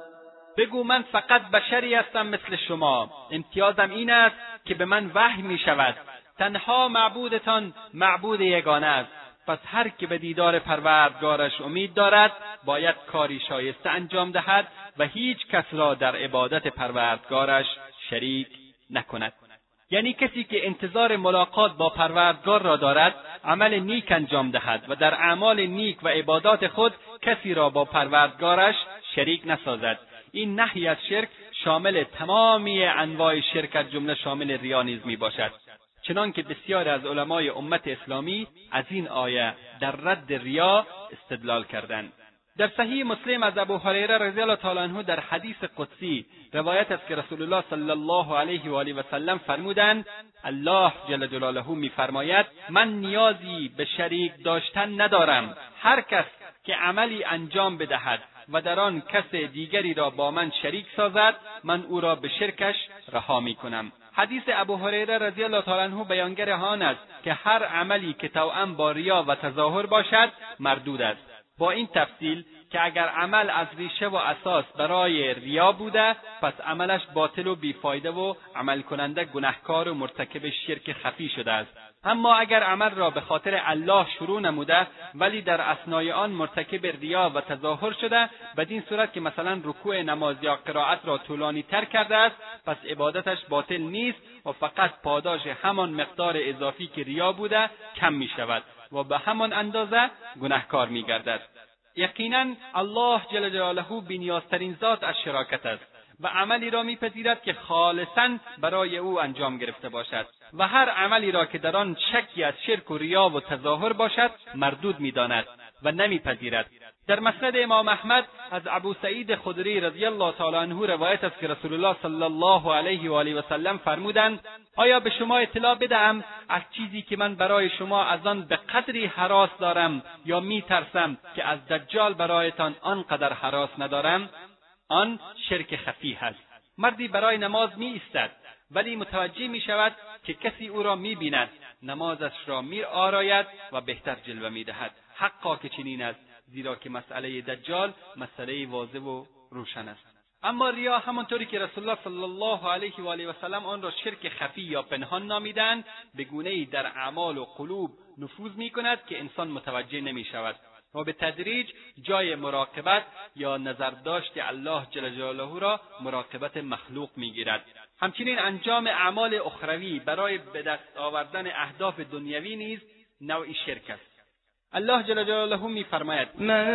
بگو من فقط بشری هستم مثل شما. امتیازم این است که به من وحی می شود. تنها معبودتان معبود یگانه است. پس هر که به دیدار پروردگارش امید دارد باید کاری شایسته انجام دهد و هیچ کس را در عبادت پروردگارش شریک نکند. یعنی کسی که انتظار ملاقات با پروردگار را دارد عمل نیک انجام دهد و در اعمال نیک و عبادات خود کسی را با پروردگارش شریک نسازد. این نهی از شرک شامل تمامی انواع شرک از جمله شامل ریا نیز میباشد، چنان که بسیار از علمای امت اسلامی از این آیه در رد ریا استدلال کردند. در صحیح مسلم از ابو هریره رضی الله تعالی عنه در حدیث قدسی روایت است که رسول الله صلی الله علیه و آله و سلم فرمودند: الله جل جلاله میفرماید من نیازی به شریک داشتن ندارم. هر کس که عملی انجام بدهد و در آن کس دیگری را با من شریک سازد من او را به شرکش رها میکنم. حدیث ابو هریره رضی الله تعالی عنه بیانگر آن است که هر عملی که توأم با ریا و تظاهر باشد مردود است، با این تفصیل که اگر عمل از ریشه و اساس برای ریا بوده پس عملش باطل و بیفایده و عمل کننده گناهکار و مرتکب شرک خفی شده است. اما اگر عمل را به خاطر الله شروع نموده ولی در اثنای آن مرتکب ریا و تظاهر شده، بدین صورت که مثلا رکوع نماز یا قرائت را طولانی تر کرده است، پس عبادتش باطل نیست و فقط پاداش همان مقدار اضافی که ریا بوده کم می شود و به همان اندازه گناهکار می گردد. یقینا الله جل جلاله بی‌نیازترین ذات از شراکت است و عملی را میپذیرد که خالصاً برای او انجام گرفته باشد و هر عملی را که در آن شکی از شرک و ریا و تظاهر باشد مردود میداند و نمیپذیرد. در مسند امام احمد از ابو سعید خدری رضی الله تعالی عنه روایت است که رسول الله صلی الله علیه و آله و سلم فرمودند: آیا به شما اطلاع بدهم از چیزی که من برای شما از آن به قدری هراس دارم یا میترسم که از دجال برایتان آنقدر هراس ندارم؟ آن شرک خفی هست. مردی برای نماز می ایستد ولی متوجه می شود که کسی او را می بیند، نمازش را می آراید و بهتر جلوه می دهد. حقا که چنین است، زیرا که مسئله دجال مسئله واضح و روشن است. اما ریا همانطوری که رسول الله صلی الله علیه و آله و سلم آن را شرک خفی یا پنهان نامیدند، به گونه‌ای در اعمال و قلوب نفوذ می کند که انسان متوجه نمی شود و به تدریج جای مراقبت یا نظرداشت الله جل جلاله را مراقبت مخلوق میگیرد. همچنین انجام اعمال اخروی برای به دست آوردن اهداف دنیوی نیز نوعی شرک است. الله جل جلاله میفرماید: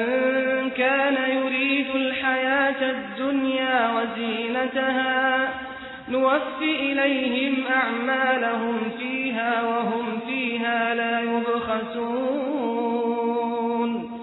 من كان يريد الحياة الدنيا وزينتها نوفي إليهم أعمالهم فيها وهم فيها لا يبخسون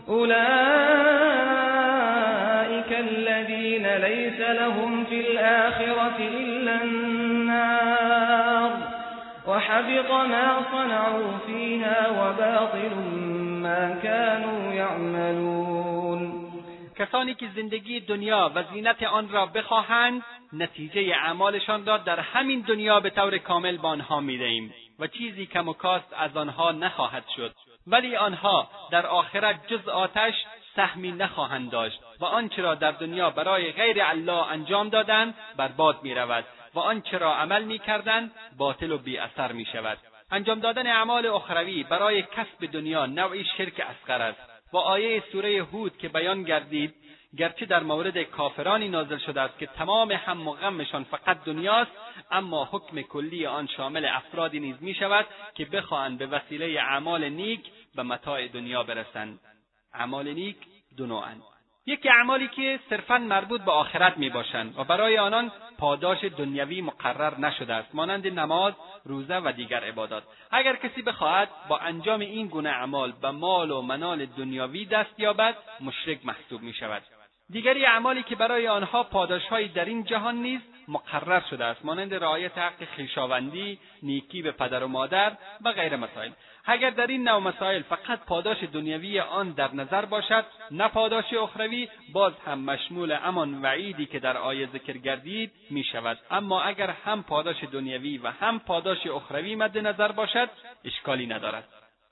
أولئك الذين ليس لهم في الآخرة إلا النار وحبط ما صنعوا فيها وباطل ما كانوا يعملون. کسانی که زندگی دنیا و زینت آن را بخواهند نتیجه اعمالشان را در همین دنیا به طور کامل به آنها می‌دهیم و چیزی کم و کاست از آنها نخواهد شد، ولی آنها در آخرت جز آتش سهمی نخواهند داشت و آنچه را در دنیا برای غیر الله انجام دادند برباد می‌رود و آنچه را عمل می‌کردند باطل و بی اثر می‌شود. انجام دادن اعمال اخروی برای کسب دنیا نوعی شرک اصغر است و آیه سوره هود که بیان گردید گرچه در مورد کافرانی نازل شده است که تمام هم و غمشان فقط دنیاست، اما حکم کلی آن شامل افرادی نیز می شود که بخواهند به وسیله اعمال نیک به متاع دنیا برسند. اعمال نیک دو نوعند. یکی اعمالی که صرفاً مربوط به آخرت میباشند و برای آنان پاداش دنیوی مقرر نشده است، مانند نماز، روزه و دیگر عبادات. اگر کسی بخواهد با انجام این گونه اعمال به مال و منال دنیوی دست یابد، مشرک محسوب میشود. دیگری اعمالی که برای آنها پاداش‌هایی در این جهان نیز مقرر شده است، مانند رعایت حق خویشاوندی، نیکی به پدر و مادر و غیر مسائل. اگر در این نوع مسائل فقط پاداش دنیوی آن در نظر باشد، نه پاداش اخروی، باز هم مشمول همان وعیدی که در آیه ذکر گردید می شود. اما اگر هم پاداش دنیوی و هم پاداش اخروی مد نظر باشد، اشکالی ندارد.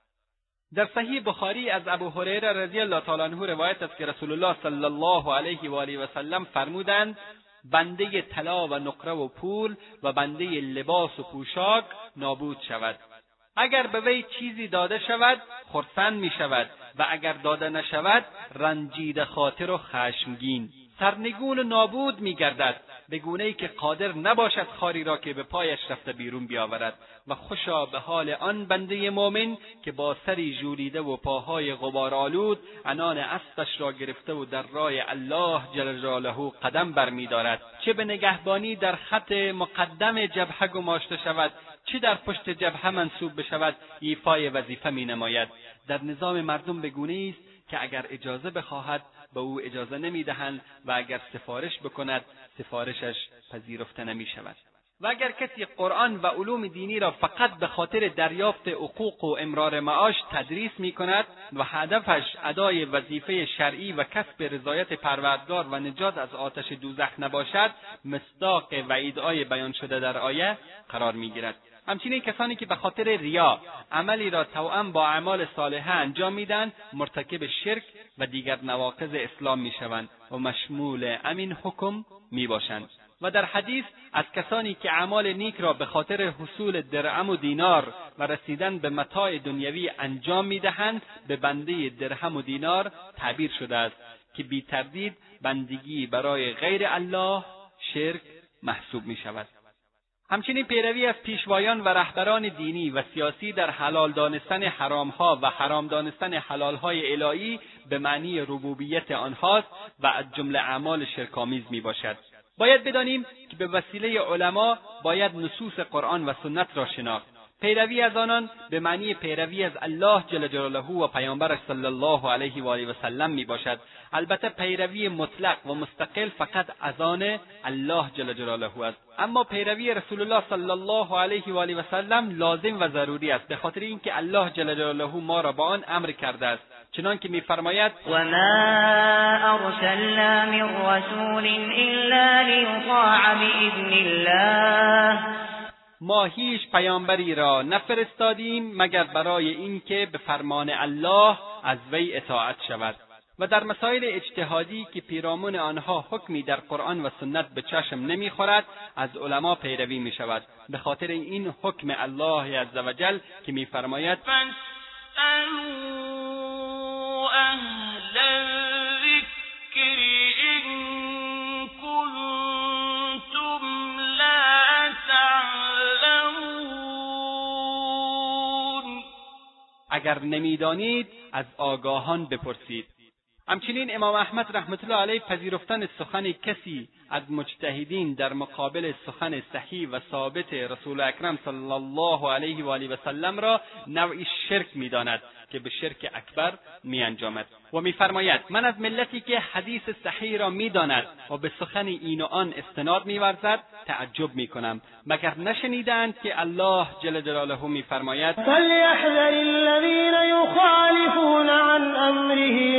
در صحیح بخاری از ابو هریره رضی الله تعالی عنه روایت است که رسول الله صلی الله علیه و آله و سلم فرمودند: بنده طلا و نقره و پول و بنده لباس و پوشاک نابود شود. اگر به وی چیزی داده شود خرسند می شود و اگر داده نشود رنجیده خاطر و خشمگین، سرنگون و نابود می گردد، به گونه‌ای که قادر نباشد خاری را که به پایش رفته بیرون بیاورد. و خوشا به حال آن بنده مؤمن که با سری ژولیده و پاهای غبارآلود عنان اسبش را گرفته و در راه الله جل جلاله قدم برمی‌دارد، چه به نگهبانی در خط مقدم جبهه گماشته شود، چه در پشت جبهه منصوب بشود، ایفای وظیفه می‌نماید. در نظام مردم به گونه‌ای است که اگر اجازه بخواهد به او اجازه نمی‌دهند و اگر سفارش بکند سفارشش پذیرفته نمی‌شود. و اگر کسی قرآن و علوم دینی را فقط به خاطر دریافت حقوق و امرار معاش تدریس می‌کند و هدفش ادای وظیفه شرعی و کسب رضایت پروردگار و نجات از آتش دوزخ نباشد، مصداق وعیدهای بیان شده در آیه قرار می‌گیرد. همچنین کسانی که به خاطر ریا عملی را توأم با اعمال صالحه انجام میدن، مرتکب شرک و دیگر نواقض اسلام میشوند و مشمول امین حکم میباشند. و در حدیث از کسانی که اعمال نیک را به خاطر حصول درهم و دینار و رسیدن به متاع دنیوی انجام میدهند، به بنده درهم و دینار تعبیر شده است که بی تردید بندگی برای غیر الله شرک محسوب میشود. همچنین پیروی از پیشوایان و رهبران دینی و سیاسی در حلال دانستن حرامها و حرام دانستن حلالهای الهی به معنی ربوبیت آنهاست و از جمله اعمال شرک‌آمیز میباشد. باید بدانیم که به وسیله علما باید نصوص قرآن و سنت را شناخت. پیروی از آنان به معنی پیروی از الله جل جلاله و پیامبرش صلی الله علیه و آله و سلم میباشد. البته پیروی مطلق و مستقل فقط از آن الله جل جلاله است، اما پیروی رسول الله صلی الله علیه و آله و سلم لازم و ضروری است، به خاطر اینکه الله جل جلاله ما را با آن امر کرده است، چنانکه می‌فرماید: و ما ارسلنا من رسول الا لیطاع باذن الله. ما هیچ پیامبری را نفرستادیم مگر برای اینکه به فرمان الله از وی اطاعت شود. و در مسائل اجتهادی که پیرامون آنها حکمی در قرآن و سنت به چشم نمیخورد، از علما پیروی می شود، به خاطر این حکم الله عزوجل که می‌فرماید: اگر نمیدانید از آگاهان بپرسید. همچنین امام احمد رحمت الله علیه پذیرفتن سخن کسی از مجتهدین در مقابل سخن صحیح و ثابت رسول اکرم صلی الله علیه و آله و سلم را نوعی شرک می‌داند که به شرک اکبر می‌انجامد و می‌فرماید: من از ملتی که حدیث صحیح را می‌داند و به سخن این و آن استناد می‌ورزد تعجب می‌کنم، مگر نشنیدند که الله جل جلاله می‌فرماید: فَلْيَحْذَرِ الَّذِينَ يُخَالِفُونَ عَنْ أَمْرِهِ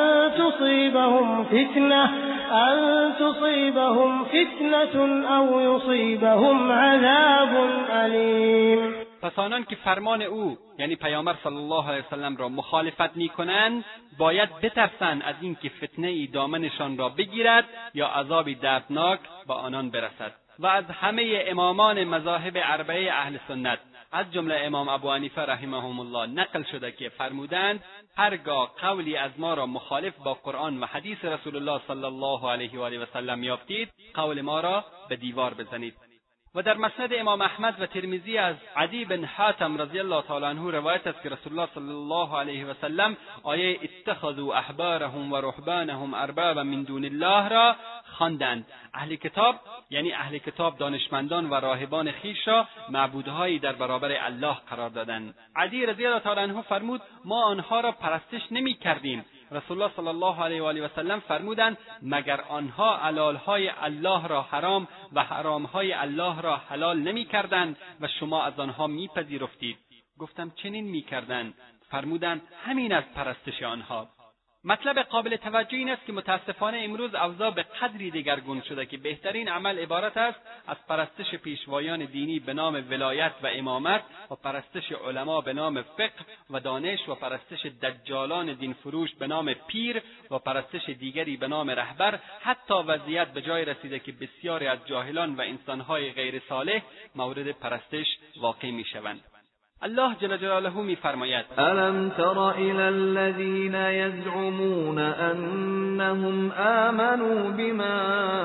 أَن تُصِيبَهُمْ فِتْنَةٌ أَوْ يُصِيبَهُمْ عَذَابٌ أَلِيمٌ. پس آنان که فرمان او یعنی پیامبر صلی الله علیه وسلم را مخالفت می‌کنند باید بترسند از اینکه فتنه‌ای دامنشان را بگیرد یا عذابی دردناک به آنان برسد. و از همه امامان مذاهب اربعه اهل سنت از جمله امام ابو حنیفه رحمهم الله نقل شده که فرمودند: هرگاه قولی از ما را مخالف با قرآن و حدیث رسول الله صلی الله علیه و آله و سلم یافتید، قول ما را به دیوار بزنید. و در مسند امام احمد و ترمذی از عدی بن حاتم رضی الله تعالی عنه روایت است که رسول الله صلی الله علیه و سلم آیه اتخذوا احبارهم و رهبانهم اربابا من دون الله را خواندند. اهل کتاب یعنی اهل کتاب دانشمندان و راهبان خویش را معبودهایی در برابر الله قرار دادند. عدی رضی الله تعالی عنه فرمود ما آنها را پرستش نمی‌کردیم. رسول الله صلی الله علیه و آله و سلم فرمودند مگر آنها حلالهای الله را حرام و حرامهای الله را حلال نمی‌کردند و شما از آنها می‌پذیرفتید؟ گفتم چنین می‌کردند. فرمودند همین از پرستش آنها. مطلب قابل توجه این است که متاسفانه امروز اوضاع به قدری دگرگون شده که بهترین عمل عبارت است از پرستش پیشوایان دینی به نام ولایت و امامت و پرستش علما به نام فقه و دانش و پرستش دجالان دین فروش به نام پیر و پرستش دیگری به نام رهبر. حتی وضعیت به جای رسیده که بسیاری از جاهلان و انسانهای غیر صالح مورد پرستش واقع می‌شوند. الله جل جلاله می‌فرماید الم تر إلى الذين يزعمون أنهم آمنوا بما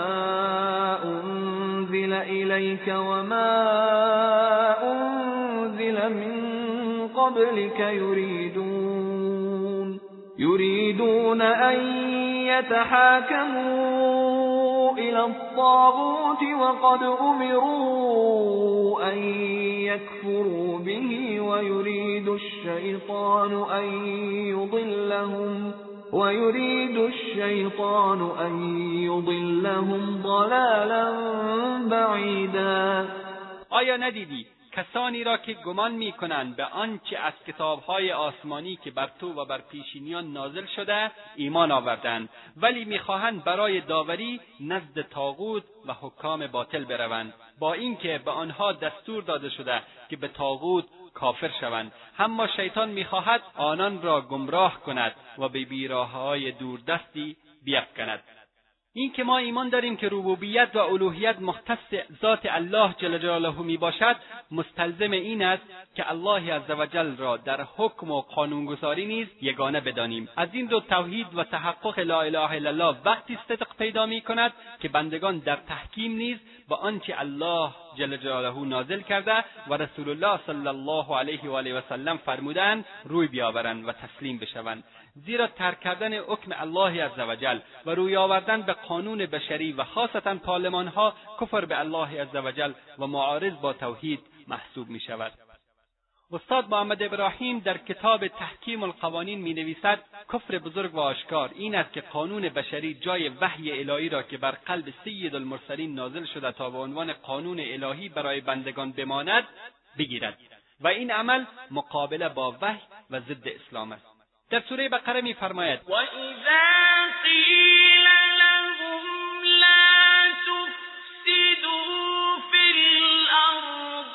أنزل إليك وما أنزل من قبلك يريدون أن يتحاكموا إلى الطاغوت وقد أمروا أن يكفروا به ويريد الشيطان أن يضلهم ضلالا بعيدا. آیا ندیدی کسانی را که گمان می‌کنند به آنچه از کتاب‌های آسمانی که بر تو و بر پیشینیان نازل شده ایمان آوردند ولی می‌خواهند برای داوری نزد طاغوت و حکام باطل بروند با اینکه به آنها دستور داده شده که به طاغوت کافر شوند، اما شیطان می‌خواهد آنان را گمراه کند و به بیراهه‌های دوردستی بیفکند. این که ما ایمان داریم که ربوبیت و الوهیت مختص ذات الله جل جلاله می باشد مستلزم این است که الله عزوجل را در حکم و قانونگذاری نیز یگانه بدانیم. از این رو توحید و تحقق لا اله الا الله وقتی صدق پیدا می کند که بندگان در تحکیم نیز با آنچه الله جل جلاله نازل کرده و رسول الله صلی الله علیه و آله و سلم فرمودند روی بیاورند و تسلیم بشوند. زیرا ترک کردن حکم الله عزوجل و روی آوردن به قانون بشری و خاصتا پارلمان‌ها کفر به الله عزوجل و معارض با توحید محسوب می شود. استاد محمد ابراهیم در کتاب تحکیم القوانین می نویسد کفر بزرگ و آشکار این است که قانون بشری جای وحی الهی را که بر قلب سید المرسلین نازل شده تا به عنوان قانون الهی برای بندگان بماند بگیرد و این عمل مقابله با وحی و ضد اسلام است. در سوره بقره می فرماید و اذا قیل لهم لا تفسدوا فی الارض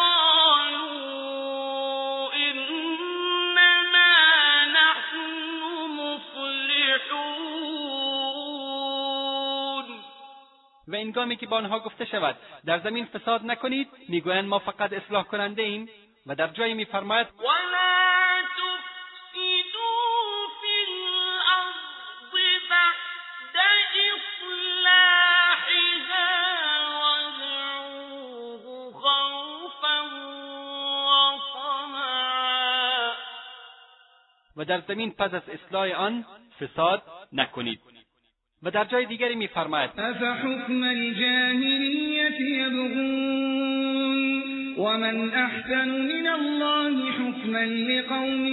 قالوا انما نحن مصلحون. و هنگامی که با آنها گفته شود در زمین فساد نکنید میگویند ما فقط اصلاح کننده ایم. و در جایی می فرماید و در زمین پس از اصلاح آن فساد نکنید. و در جای دیگری می‌فرماید افحکم الجاهلیت یبغون ومن احسن من الله حکما لقوم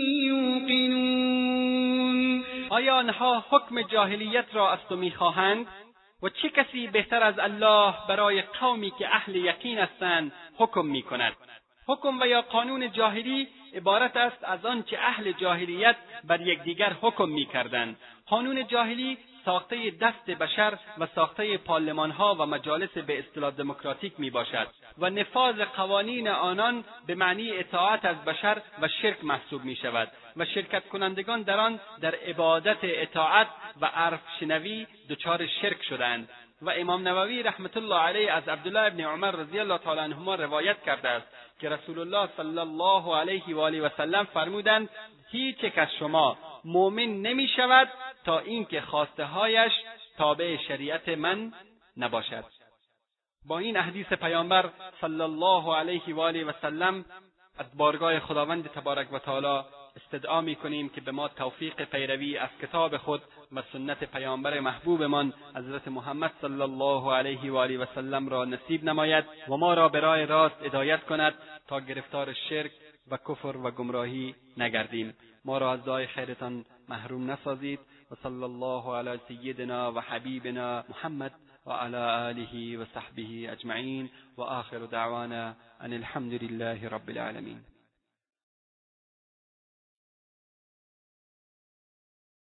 یوقنون. آیا آنها حکم جاهلیت را از تو می‌خواهند؟ و چه کسی بهتر از الله برای قومی که اهل یقین هستند حکم می‌کند؟ حکم و یا قانون جاهلی عبارت است از آنچه اهل جاهلیت بر یکدیگر حکم می‌کردند. قانون جاهلی ساخته دست بشر و ساخته پارلمان‌ها و مجالس به اصطلاح دموکراتیک میباشد و نفاذ قوانین آنان به معنی اطاعت از بشر و شرک محسوب میشود و شرکت کنندگان در آن در عبادت اطاعت و عرف شنوی دچار شرک شدند. و امام نووی رحمت الله علیه از عبدالله ابن عمر رضی الله تعالی عنهما روایت کرده است که رسول الله صلی الله علیه و آله و سلم فرمودند هیچ یک از شما مؤمن نمی شود تا اینکه خواسته هایش تابع شریعت من نباشد. با این احادیث پیامبر صلی الله علیه و آله و سلم از بارگاه خداوند تبارک و تعالی استدعا می‌کنیم که به ما توفیق پیروی از کتاب خود و سنت پیامبر محبوبمان حضرت محمد صلی الله علیه و آله و سلم را نصیب نماید و ما را به راه راست هدایت کند تا گرفتار شرک و کفر و گمراهی نگردیم. ما را از دعای خیرتان محروم نسازید. و صلی الله علی سیدنا و حبیبنا محمد و علی آله و صحبه اجمعین و آخر دعوانا ان الحمد لله رب العالمین.